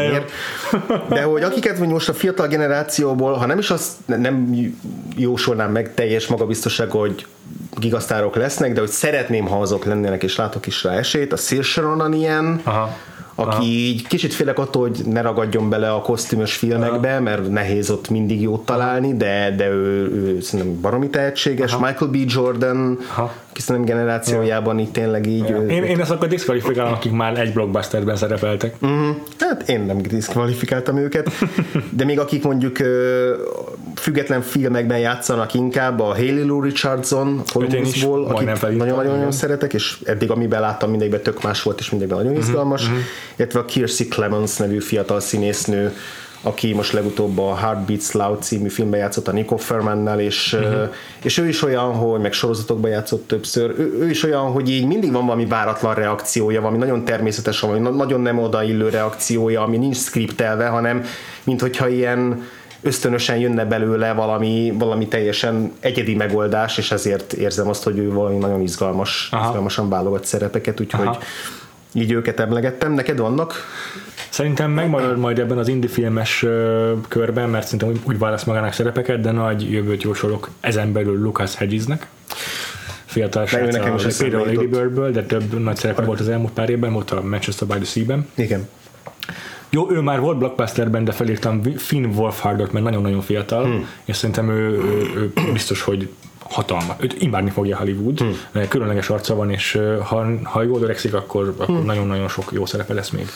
De hogy akiket most a fiatal generációból, ha nem is azt nem jósolnám meg teljes magabiztosság, hogy gigasztárok lesznek, de hogy szeretném, ha azok lennének, és látok is rá esélyt, a Saoirse Ronan ilyen, aki így kicsit félek attól, hogy ne ragadjon bele a kosztümös filmekbe, mert nehéz ott mindig jót találni, de ő szerintem baromi tehetséges. Michael B. Jordan, aki szerintem generációjában így tényleg így... Én ezt akkor diszkvalifikálom, akik már egy blockbusterben szerepeltek. Hát én nem diszkvalifikáltam őket, de még akik mondjuk független filmekben játszanak inkább, a Haley Lou Richardson Columbusból, akit nagyon-nagyon szeretek, és eddig amiben láttam, mindegyben tök más volt, és mindegyben nagyon izgalmas, illetve a Kiersey Clemons nevű fiatal színésznő, aki most legutóbb a Heartbeats Loud című filmben játszott a Nico Fermannel, és ő is olyan, hogy meg sorozatokban játszott többször, ő is olyan, hogy így mindig van valami váratlan reakciója, valami nagyon természetes, valami nagyon nem odaillő reakciója, ami nincs skriptelve, hanem minthogyha ilyen ösztönösen jönne belőle valami teljesen egyedi megoldás, és ezért érzem azt, hogy ő valami nagyon izgalmasan válogat szerepeket, úgyhogy így őket emlegettem. Neked vannak? Szerintem megmarad majd ebben az indie filmes körben, mert szerintem úgy válasz magának szerepeket, de nagy jövőt jósolok ezen belül Lucas Hedgesnek. Fiatal srác, például Lady Birdből, de több nagy szerepe volt az elmúlt pár évben, volt a Manchester by the Sea-ben. Igen. Jó, ő már volt blockbusterben, de felírtam Finn Wolfhardot, mert nagyon-nagyon fiatal, és szerintem ő biztos, hogy hatalma. Őt imádni fogja Hollywood, különleges arca van, és ha jól öregszik, akkor nagyon-nagyon sok jó szerepe lesz még.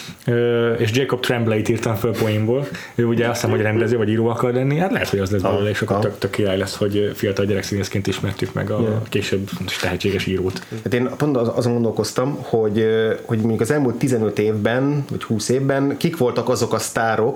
És Jacob Tremblay-t írtam föl poénból. Ő ugye azt hiszem, hogy rendező vagy író akar lenni, hát lehet, hogy az lesz belőle, és akkor tök király lesz, hogy fiatal gyerekszínészként ismertük meg a később tehetséges írót. Hát én pont azon gondolkoztam, hogy mondjuk az elmúlt 15 évben, vagy 20 évben kik voltak azok a sztárok,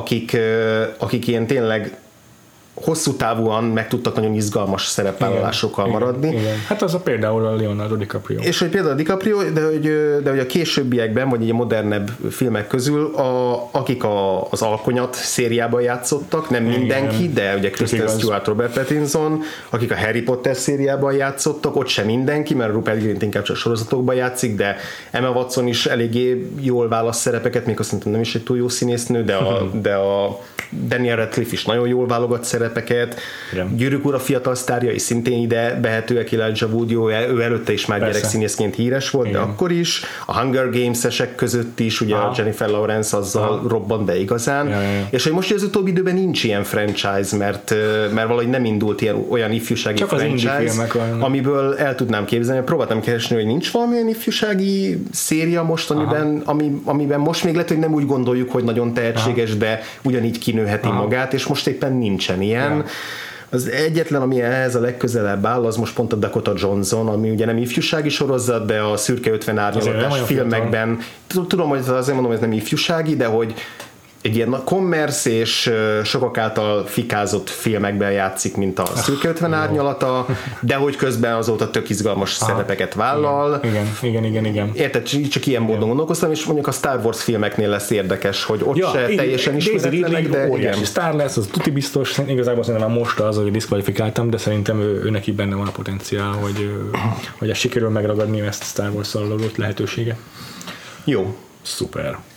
akik ilyen tényleg hosszú távúan meg tudtak nagyon izgalmas szerepvállalásokkal maradni. Igen. Hát az a például a Leonardo DiCaprio. És hogy például a DiCaprio, de hogy a későbbiekben, vagy a modernebb filmek közül, akik az Alkonyat szériában játszottak, nem mindenki, de ugye Kristen Stewart, Robert Pattinson, akik a Harry Potter szériában játszottak, ott sem mindenki, mert Rupert Grint inkább csak sorozatokban játszik, de Emma Watson is eléggé jól választ szerepeket, még azt szerintem nem is egy túl jó színésznő, de a Daniel Radcliffe is nagyon jól válogat szerepeket. Gyűrűk ura fiatal sztárjai szintén ide behetőek, Elijah Wood, ő előtte is már gyerekszínészként híres volt, de akkor is. A Hunger Games-esek között is, ugye a Jennifer Lawrence azzal robbant be igazán. És hogy most az utóbbi időben nincs ilyen franchise, mert valahogy nem indult olyan ifjúsági csak franchise, amiből el tudnám képzelni. Próbáltam keresni, hogy nincs valamilyen ifjúsági széria most, amiben most még lehet, hogy nem úgy gondoljuk, hogy nagyon tehetséges, de ugyanígy kinőheti magát, és most éppen nincsen ilyen. Az egyetlen, ami ehhez a legközelebb áll, az most pont a Dakota Johnson, ami ugye nem ifjúsági sorozat, de a Szürke 50 árnyalatás filmekben, tudom, hogy azért mondom, hogy ez nem ifjúsági, de hogy egy ilyen commerce és sokak által fikázott filmekben játszik, mint a Szürke 50 árnyalata, de hogy közben azóta tök izgalmas szerepeket vállal. Igen. Érted, csak ilyen módon gondolkoztam, és mondjuk a Star Wars filmeknél lesz érdekes, hogy ott se teljesen ismeretlenek, de igen. Sztár lesz, az tuti biztos, igazából szerintem már most az, hogy diszkvalifikáltam, de szerintem ő neki benne van a potenciál, hogy ezt sikerül megragadni ezt Star Wars-szal adott lehetősége. Jó. Szuper.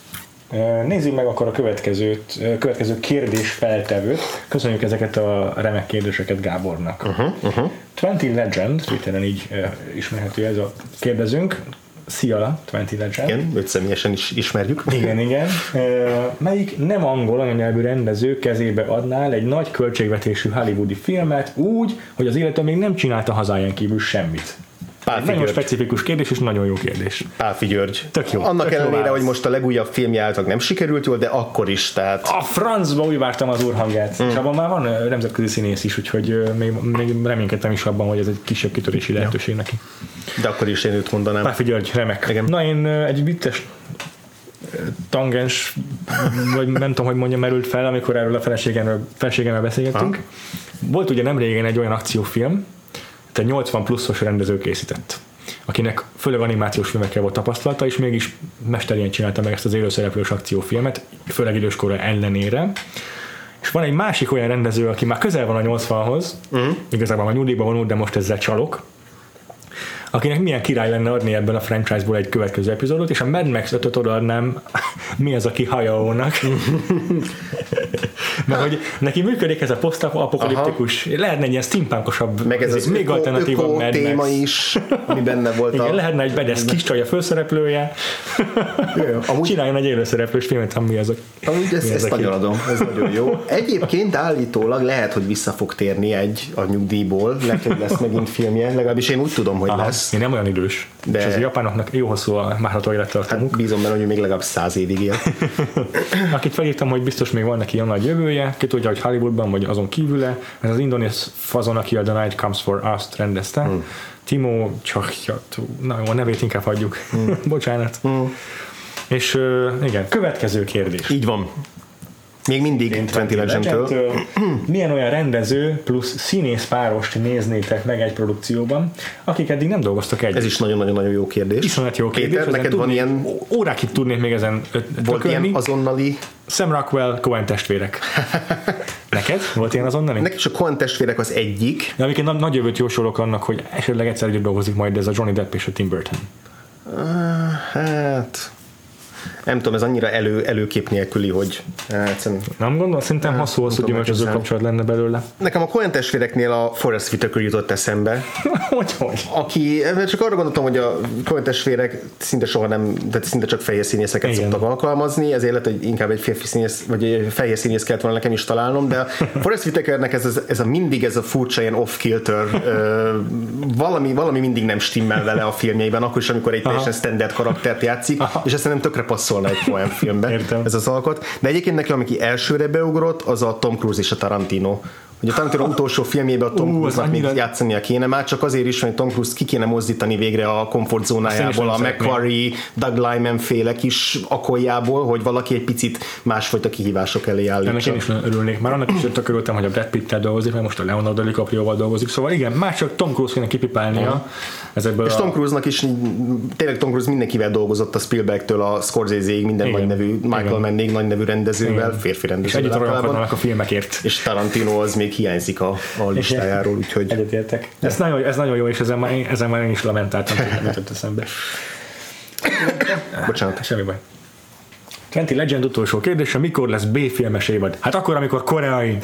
Nézzük meg akkor a következő kérdés feltevőt. Köszönjük ezeket a remek kérdéseket Gábornak. 20 Legend, Twitteren így ismerhető ez a kérdezőnk. Szia, 20 Legend. Igen, őt személyesen is ismerjük. Igen. Melyik nem angol anyanyelvű rendező kezébe adnál egy nagy költségvetésű hollywoodi filmet úgy, hogy az illető még nem csinálta hazáján kívül semmit? Nagyon specifikus kérdés, és nagyon jó kérdés. Pálfi György. Tök jó. Annak ellenére, hogy most a legújabb filmje által nem sikerült jól, de akkor is, tehát... A francba úgy vártam az úrhangját. És abban már van nemzetközi színész is, úgyhogy még reménykedtem is abban, hogy ez egy kisebb kitörési lehetőség neki. De akkor is én őt mondanám. Pálfi György, remek. Igen. Na, én egy vicces tangens, vagy nem tudom, hogy mondjam, merült fel, amikor erről a feleségemmel beszélgettünk. Volt ugye nem régen egy olyan akciófilm, egy 80 pluszos rendező készített, akinek főleg animációs filmekkel volt tapasztalata, és mégis mesterien csinálta meg ezt az élőszereplős akciófilmet, főleg időskora ellenére. És van egy másik olyan rendező, aki már közel van a 80-hoz, igazából a nyugdíjban vonult, de most ezzel csalok, akinek milyen király lenne adni ebben a franchise-ból egy következő epizódot, és a Mad Max 5-öt odaadnám mi az, aki Hayao-nak. Mert hogy neki működik ez a posztapokaliptikus, lehetne egy ilyen steampunkosabb, meg ez az még alternatívabb Mad Max téma is, ami benne volt. Igen, lehetne egy bedesz kis csaj a főszereplője. Csináljon egy élőszereplős filmet, ami ez a... Amúgy ezt nagyon adom, ez nagyon jó. Egyébként állítólag lehet, hogy vissza fog térni a nyugdíjból, lehet, hogy lesz megint filmje, legalábbis én úgy tudom, hogy lesz. Én nem olyan idős, de... és az japánoknak jó hosszú a márható élettartamuk. Hát bízom benne, hogy még legalább 100 évig él. Akit felírtam, hogy biztos még van neki a nagy jövője, ki tudja, hogy Hollywoodban vagy azon kívüle, ez az indonész fazon, aki a The Night Comes For Us-t rendezte. Timo Csakyatú, na jó, a nevét inkább hagyjuk. Bocsánat. És igen, következő kérdés. Így van. Még mindig 20 Legend-től. Milyen olyan rendező plusz színész párost néznétek meg egy produkcióban, akik eddig nem dolgoztak együtt? Ez is nagyon-nagyon jó kérdés. Iszonyat jó kérdés. Péter, neked van ilyen... Órákig tudnék még ezen volt ilyen azonnali... Sam Rockwell, Coen testvérek. Neked? Volt ilyen azonnali? Nekem is a Coen testvérek az egyik. De amiket nagy jövőt jósolok annak, hogy esetleg egyszer együtt dolgozik majd ez a Johnny Depp és a Tim Burton. Hát... Nem tudom, ez annyira előkép nélküli, hogy... Nem gondolom, szerintem hosszú gyümölcsöző kapcsolat lenne belőle. Nekem a Coen testvéreknél a Forest Whitaker jutott eszembe. Hogy? Aki, csak arra gondoltam, hogy a Coen testvérek szinte soha nem, tehát szinte csak fehér színészeket szoktak alkalmazni, ezért lehet, hogy inkább egy férfi színész, vagy egy fehér színész kellett volna nekem is találnom, de a Forest Whitakernek ez a mindig ez a furcsa ilyen off-kilter, valami mindig nem stimmel vele a filmjeiben, akkor is, amikor egy teljesen standard karaktert játszik, és ezt nem tökre passzolna egy Coen filmbe. Ez az alkot. De egyébként nekem, aki elsőre beugrott, az a Tom Cruise és a Tarantino. Hogy a Tarantino utolsó filmjében a Tom Cruise-nak még játszania kéne, már csak azért is, hogy Tom Cruise ki kéne mozdítani végre a komfortzónájából, a McQuarrie, Doug Liman féle kis akoljából, hogy valaki egy picit másfajta kihívások elé állítsa. Ennek én is örülnék. Már annak is tök örültem, hogy a Brad Pitt-tel dolgozik, mert most a Leonardo DiCaprio-val dolgozik. Szóval igen, már csak Tom Cruise kéne kipipálnia. És Tom Cruise-nak is, tényleg Tom Cruise mindenkivel dolgozott, a Spielberg-től a Scorsese-ig, minden nagy nevű, Michael Mann-ig nagy nevű rendezővel, férfi rendezővel. És együtt rajonghatnak a filmekért. És Tarantino az még hiányzik a listájáról, úgyhogy... Egyetértek. Ez nagyon jó, és ezen már én is lamentáltam, hogy nem jutott eszembe. Bocsánat. Semmi baj. 20 Legend utolsó kérdése, mikor lesz B-filmes évad? Hát akkor, amikor koreai.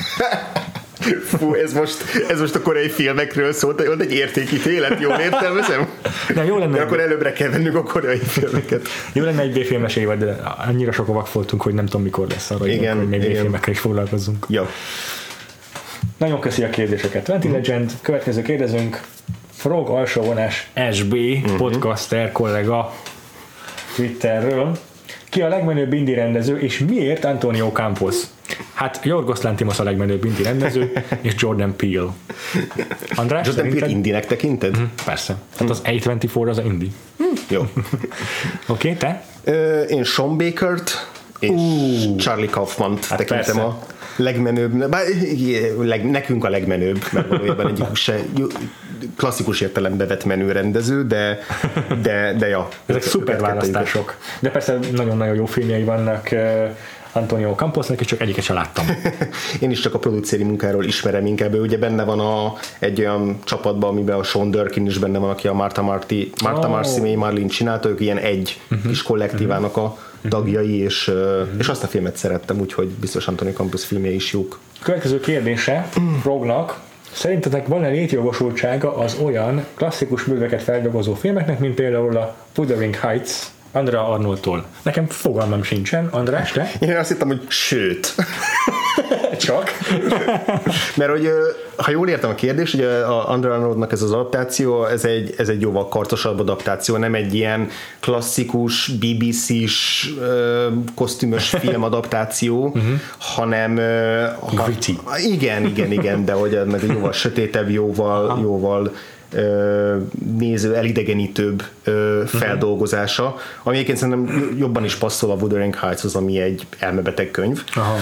Fú, ez most a koreai filmekről szólt, hogy egy értékítélet, jól értelmezem? Jó lenne. De akkor előbbre kell vennünk a koreai filmeket. Jó lenne egy B-filmes évad, de annyira sokak voltunk, hogy nem tudom mikor lesz arra, hogy még B-filmekkel is foglalkozzunk. Jó. Nagyon köszi a kérdéseket. 20 Legend, következő kérdezőnk, Frog alsóvonás SB, podcaster kollega Twitterről. Ki a legmenőbb indie rendező, és miért Antonio Campos? Hát Yorgos Lanthimos a legmenőbb indie rendező, és Jordan Peele. András, Jordan Peele indie-nek tekinted? Persze. Hát az A24 az a indie. Jó. Oké, te? Én Sean Bakert és Charlie Kaufman-t tekintem persze. a legmenőbb, nekünk a legmenőbb, mert valójában egy klasszikus értelembe vett menő rendező, de ja. Ezek szuper választások. De persze nagyon-nagyon jó filmjei vannak. Antonio Camposnak, és csak egyiket sem láttam. Én is csak a produceri munkáról ismerem inkább. Ő ugye benne van egy olyan csapatban, amiben a Sean Durkin is benne van, aki a Martha Marcy May Marlene csinálta, ők ilyen egy kis kollektívának a tagjai, és azt a filmet szerettem, úgyhogy biztos Antonio Campos filmje is jók. Következő kérdése Frognak: szerintetek van-e létjogosultsága az olyan klasszikus műveket feldolgozó filmeknek, mint például a Wuthering Heights Andrea Arnoldtól? Nekem fogalmam sincsen. András, te? Én azt hittem, hogy sőt. Csak? Mert hogy, ha jól értem a kérdést, hogy a Andrea Arnoldnak ez az adaptáció, ez egy jóval karcosabb adaptáció, nem egy ilyen klasszikus BBC-s kosztümös filmadaptáció, hanem igen, de hogy ez egy jóval sötétebb, jóval néző elidegenítőbb feldolgozása, ami egyébként szerintem jobban is passzol a Wuthering Heights-hoz, ami egy elmebeteg könyv.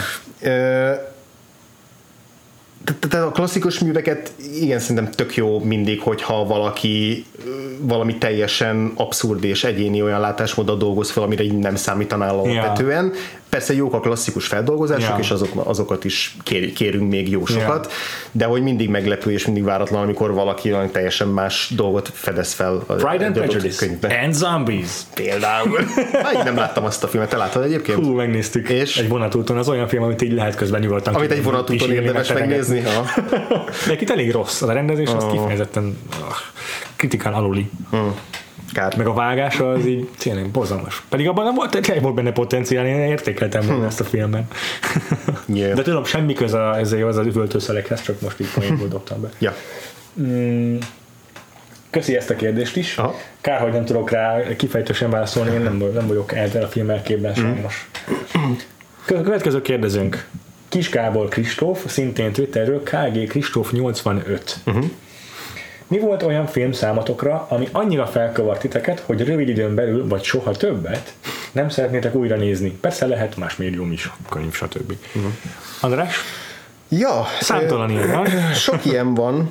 Tehát a klasszikus műveket igen, szerintem tök jó mindig, hogyha valaki valami teljesen abszurd és egyéni olyan látásmóddal dolgoz fel, amire így nem számítanál alapvetően. Persze jók a klasszikus feldolgozások, és azokat is kérünk még jó sokat, de hogy mindig meglepő és mindig váratlan, amikor valaki olyan teljesen más dolgot fedez fel a Pride and Prejudice and Zombies például. Nem láttam azt a filmet, te láttad egyébként? Megnéztük. És? Egy vonatúton, az olyan film, amit így lehet közben nyugodtan. Amit egy vonatúton érdemes megnézni. De itt elég rossz a rendezés, az kifejezetten kritikán aluli. Kár. Meg a vágása az így tényleg borzalmas. Pedig abban nem volt benne potenciál, én értékeltem volna ezt a filmen. De tudom, semmi köze az üvöltőszerekhez, csak most így poénból dobtam be. Köszi ezt a kérdést is. Aha. Kár, hogy nem tudok rá kifejtősen válaszolni, én nem vagyok ezzel a film elképben sajnos. Következő kérdezőnk. Kis Gábor Kristóf, szintén Twitterről, KG Kristóf 85. Mi volt olyan film számotokra, ami annyira felkavart titeket, hogy rövid időn belül, vagy soha többet nem szeretnétek újra nézni? Persze lehet más médium is, könyv, stb. András? Ja. Számtalan ilyen van. Sok ilyen van.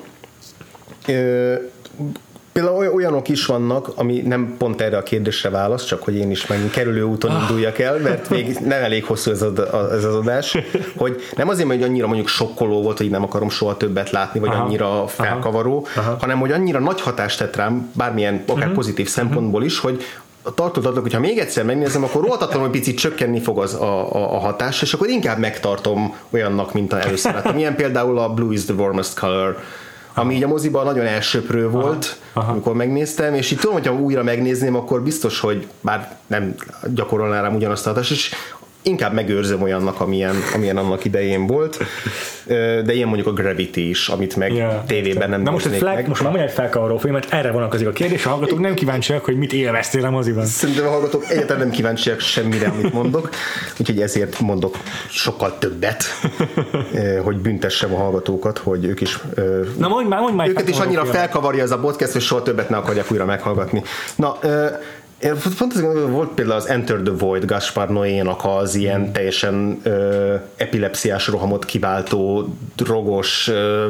Például olyanok is vannak, ami nem pont erre a kérdésre válasz, csak hogy én is megint kerülő úton induljak el, mert még nem elég hosszú ez az adás, hogy nem azért, hogy annyira mondjuk sokkoló volt, hogy nem akarom soha többet látni, vagy annyira felkavaró, hanem hogy annyira nagy hatást tett rám, bármilyen akár pozitív szempontból is, hogy tartottak, hogyha még egyszer megnézem, akkor rohatatlanul picit csökkenni fog a hatás, és akkor inkább megtartom olyannak, mint először láttam. Ilyen például a Blue is the Warmest Color, ami így a moziban nagyon elsöprő volt, amikor megnéztem, és így tudom, hogyha újra megnézném, akkor biztos, hogy bár nem gyakorolná rám ugyanazt a hatást, és inkább megőrzöm olyannak, amilyen annak idején volt, de ilyen mondjuk a Gravity is, amit meg tévében nem néznék meg. Most már mondja egy felkavaró filmet, erre vonatkozik a kérdés, a hallgatók nem kíváncsiak, hogy mit élveztél a moziban. Szerintem a hallgatók egyáltalán nem kíváncsiak semmire, amit mondok, úgyhogy ezért mondok sokkal többet, hogy büntessem a hallgatókat, hogy ők is mondj már őket is annyira felkavarja ez a podcast, hogy soha többet ne akarják újra meghallgatni. Na, pont volt például az Enter the Void Gaspar Noé-nak az ilyen teljesen epilepsziás rohamot kiváltó, drogos,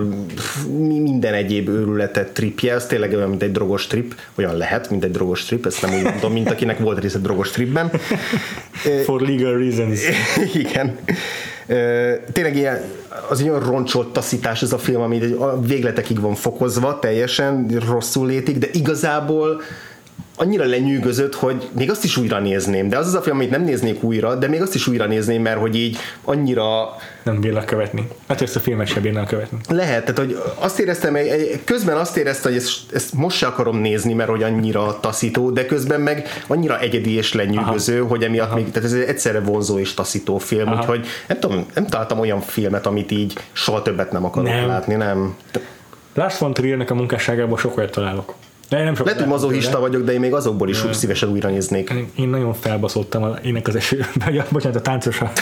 minden egyéb őrületet tripje, ez tényleg olyan, mint egy drogos trip, olyan lehet, mint egy drogos trip, ezt nem úgy mondom, mint akinek volt része drogos tripben. For legal reasons. Igen. Tényleg ilyen, az olyan roncsolt taszítás ez a film, ami a végletekig van fokozva, teljesen rosszul létig, de igazából annyira lenyűgözött, hogy még azt is újra nézném, de az a film, amit nem néznék újra, de még azt is újra nézném, mert hogy így annyira... Nem bírlak követni. Hát ezt a filmet sem bírnál követni. Lehet, tehát hogy azt éreztem, közben azt éreztem, hogy ezt most se akarom nézni, mert hogy annyira taszító, de közben meg annyira egyedi és lenyűgöző, hogy emiatt még, tehát ez egyszerre vonzó és taszító film, úgyhogy nem találtam olyan filmet, amit így soha többet nem akarok látni, nem. Lars von Triernek a munkásságából sok olyat találok. Lehet, hogy mazochista vagyok, de én még azokból is szívesen újra néznék. Én nagyon felbaszottam ének az esőben, bocsánat, a táncosra.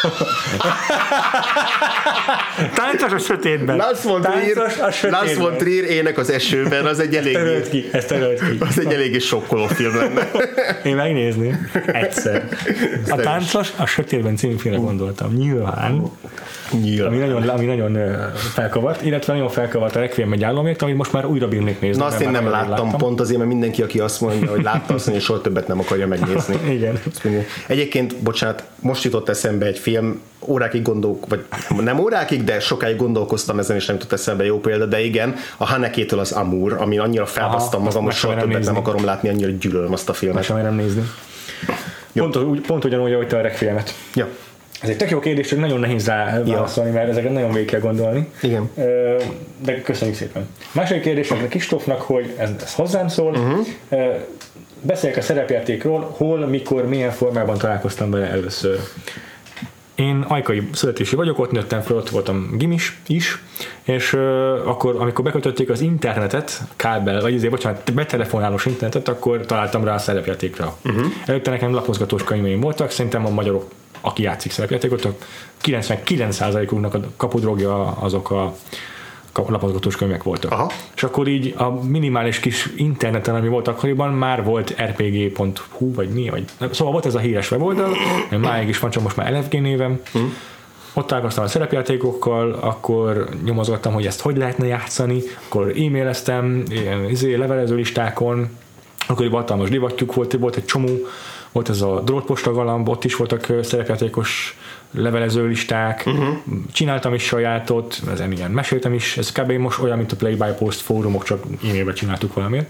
Táncos a sötétben. Lars von Trier ének az esőben, az egy eléggé... Ezt törölt ki. Az egy eléggé sokkoló film lenne. Én megnézném. Egyszer. A Táncos a sötétben című filmre gondoltam. Nyilván. Ami nagyon felkavart, illetve nagyon felkavart a Requiem egy államért, amit most már újra bírnék nézni. Na azt én nem láttam, pont azért, mert mindenki, aki azt mondja, hogy látta, azt mondja, hogy soha többet nem akarja megnézni. Igen. Egyébként, bocsánat, most jutott eszembe egy film, órákig vagy nem órákig, de sokáig gondolkoztam ezen, és nem jutott eszembe jó példa, de igen, a Hanekétől az Amour, ami annyira felhasztam magam, hogy soha többet nem akarom látni, annyira gyűlölöm azt a filmet. Most sem nem nézni. Pont ugyanúgy, ahogy te a Requiemet. Ja. Ez egy tök jó kérdés, csak nagyon nehéz rá válaszolni, mert ezeket nagyon végig kell gondolni. Igen. De köszönjük szépen. Második kérdés a Kristófnak, hogy ez hozzám szól. Beszéljek a szerepjátékról, hol, mikor, milyen formában találkoztam vele először. Én ajkai születési vagyok, ott nőttem fel, ott voltam gimis is, és akkor, amikor bekötötték az internetet, kábel, vagy azért, bocsánat, betelefonálós internetet, akkor találtam rá a szerepjátékra. Előtte nekem lapozgatós könyveim voltak, szerintem a magyarok, aki játszik szerepjátékot, a 99%-uknak a kapudrogja azok a lapozgatós könyvek voltak. Aha. És akkor így a minimális kis interneten, ami volt akkoriban, már volt rpg.hu, vagy mi, vagy szóval volt ez a híres weboldal, máig is van, csak most már LFG névem. Ott találkoztam a szerepjátékokkal, akkor nyomozgattam, hogy ezt hogy lehetne játszani, akkor e-maileztem, ilyen levelező listákon, akkor hatalmas divatjuk volt egy csomó, volt ez a drótposta galamb, ott is voltak szerepjátékos levelező listák, csináltam is sajátot, ezen igen, meséltem is, ez kb. Most olyan, mint a Play by Post fórumok, csak e-mailbe csináltuk valamiért.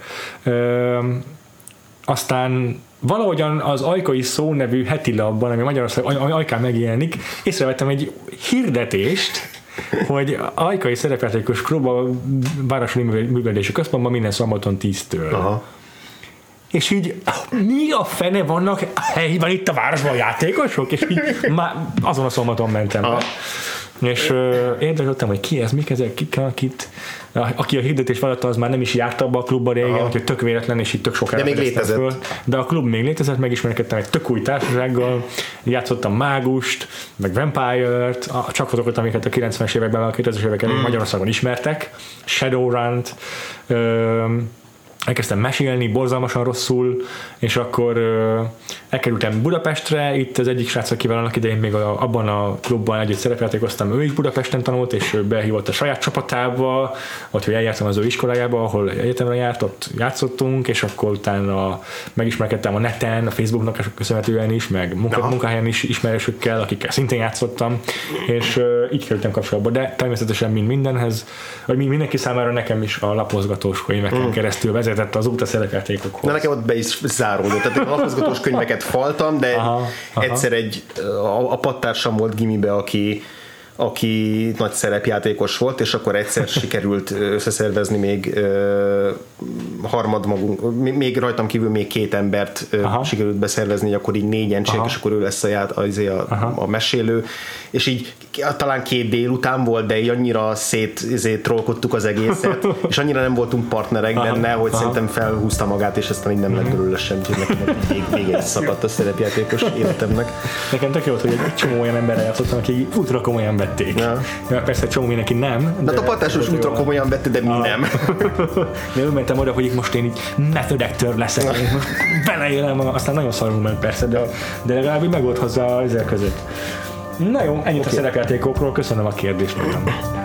Aztán valahogyan az Ajkai Szó nevű heti labban, ami Magyarországon Ajkán megjelenik, észrevettem egy hirdetést, hogy Ajkai szerepjátékos klub a Városi Művelési Központban minden szombaton 10-től. Aha. És így, mi a fene vannak helyben itt a városban a játékosok? És így már azon a szombaton mentem be. És érdeklődtem, hogy ki ez, mik ezek, aki a hirdetés valatta, az már nem is járt abba a klubba régen, úgyhogy tök véletlen, és így tök sokára. De még létezett. Föl. De a klub még létezett, megismerkedtem egy tök új társasággal, játszottam Mágust, meg Vampire-t, csak azokat, amiket a 90-es években, a 2000-es évek elég Magyarországon ismertek, Shadowrun-t, elkezdtem mesélni, borzalmasan rosszul, és akkor elkerültem Budapestre, itt az egyik srác, akivel annak idején még abban a klubban együtt szerepjátékoztam, ő is Budapesten tanult, és ő behívott a saját csapatába, ott, hogy eljártam az ő iskolájába, ahol egyetemre járt, ott játszottunk, és akkor utána megismerkedtem a neten, a Facebooknak köszönhetően is, meg munkahelyen is ismerősökkel, akikkel szintén játszottam, és így kerültem kapcsolatba, de természetesen mindenhez, vagy mindenki számára nekem is a lapozgatós könyveken keresztül vezetett az út a szerepjátékokhoz. Na nekem ott be is záródott, tehát a lapozgatós könyveket faltam, de egyszer a padtársam volt gimibe, aki nagy szerepjátékos volt, és akkor egyszer sikerült összeszervezni még rajtam kívül még 2 embert sikerült beszervezni, hogy akkor így 4-en és akkor ő lesz a mesélő, és így talán 2 délután volt, de annyira trollkodtuk az egészet, és annyira nem voltunk partnerek benne, hogy szerintem felhúzta magát, és aztán így nem lett belőle sem, hogy nekem végig szakadt a szerepjátékos életemnek. Nekem tök jó volt, hogy egy csomó olyan emberrel játszottam, aki ultra komolyan vették. Ja, persze csomó mindenki nem. De a pattásos ultra komolyan vette, de mi nem. De úgy mentem oda, hogy most én így method actor leszek, én most beleélem, aztán nagyon szarul ment persze, de legalább így megold hozzá ezzel között. Na jó, ennyit a szerepjátékokról, köszönöm a kérdést.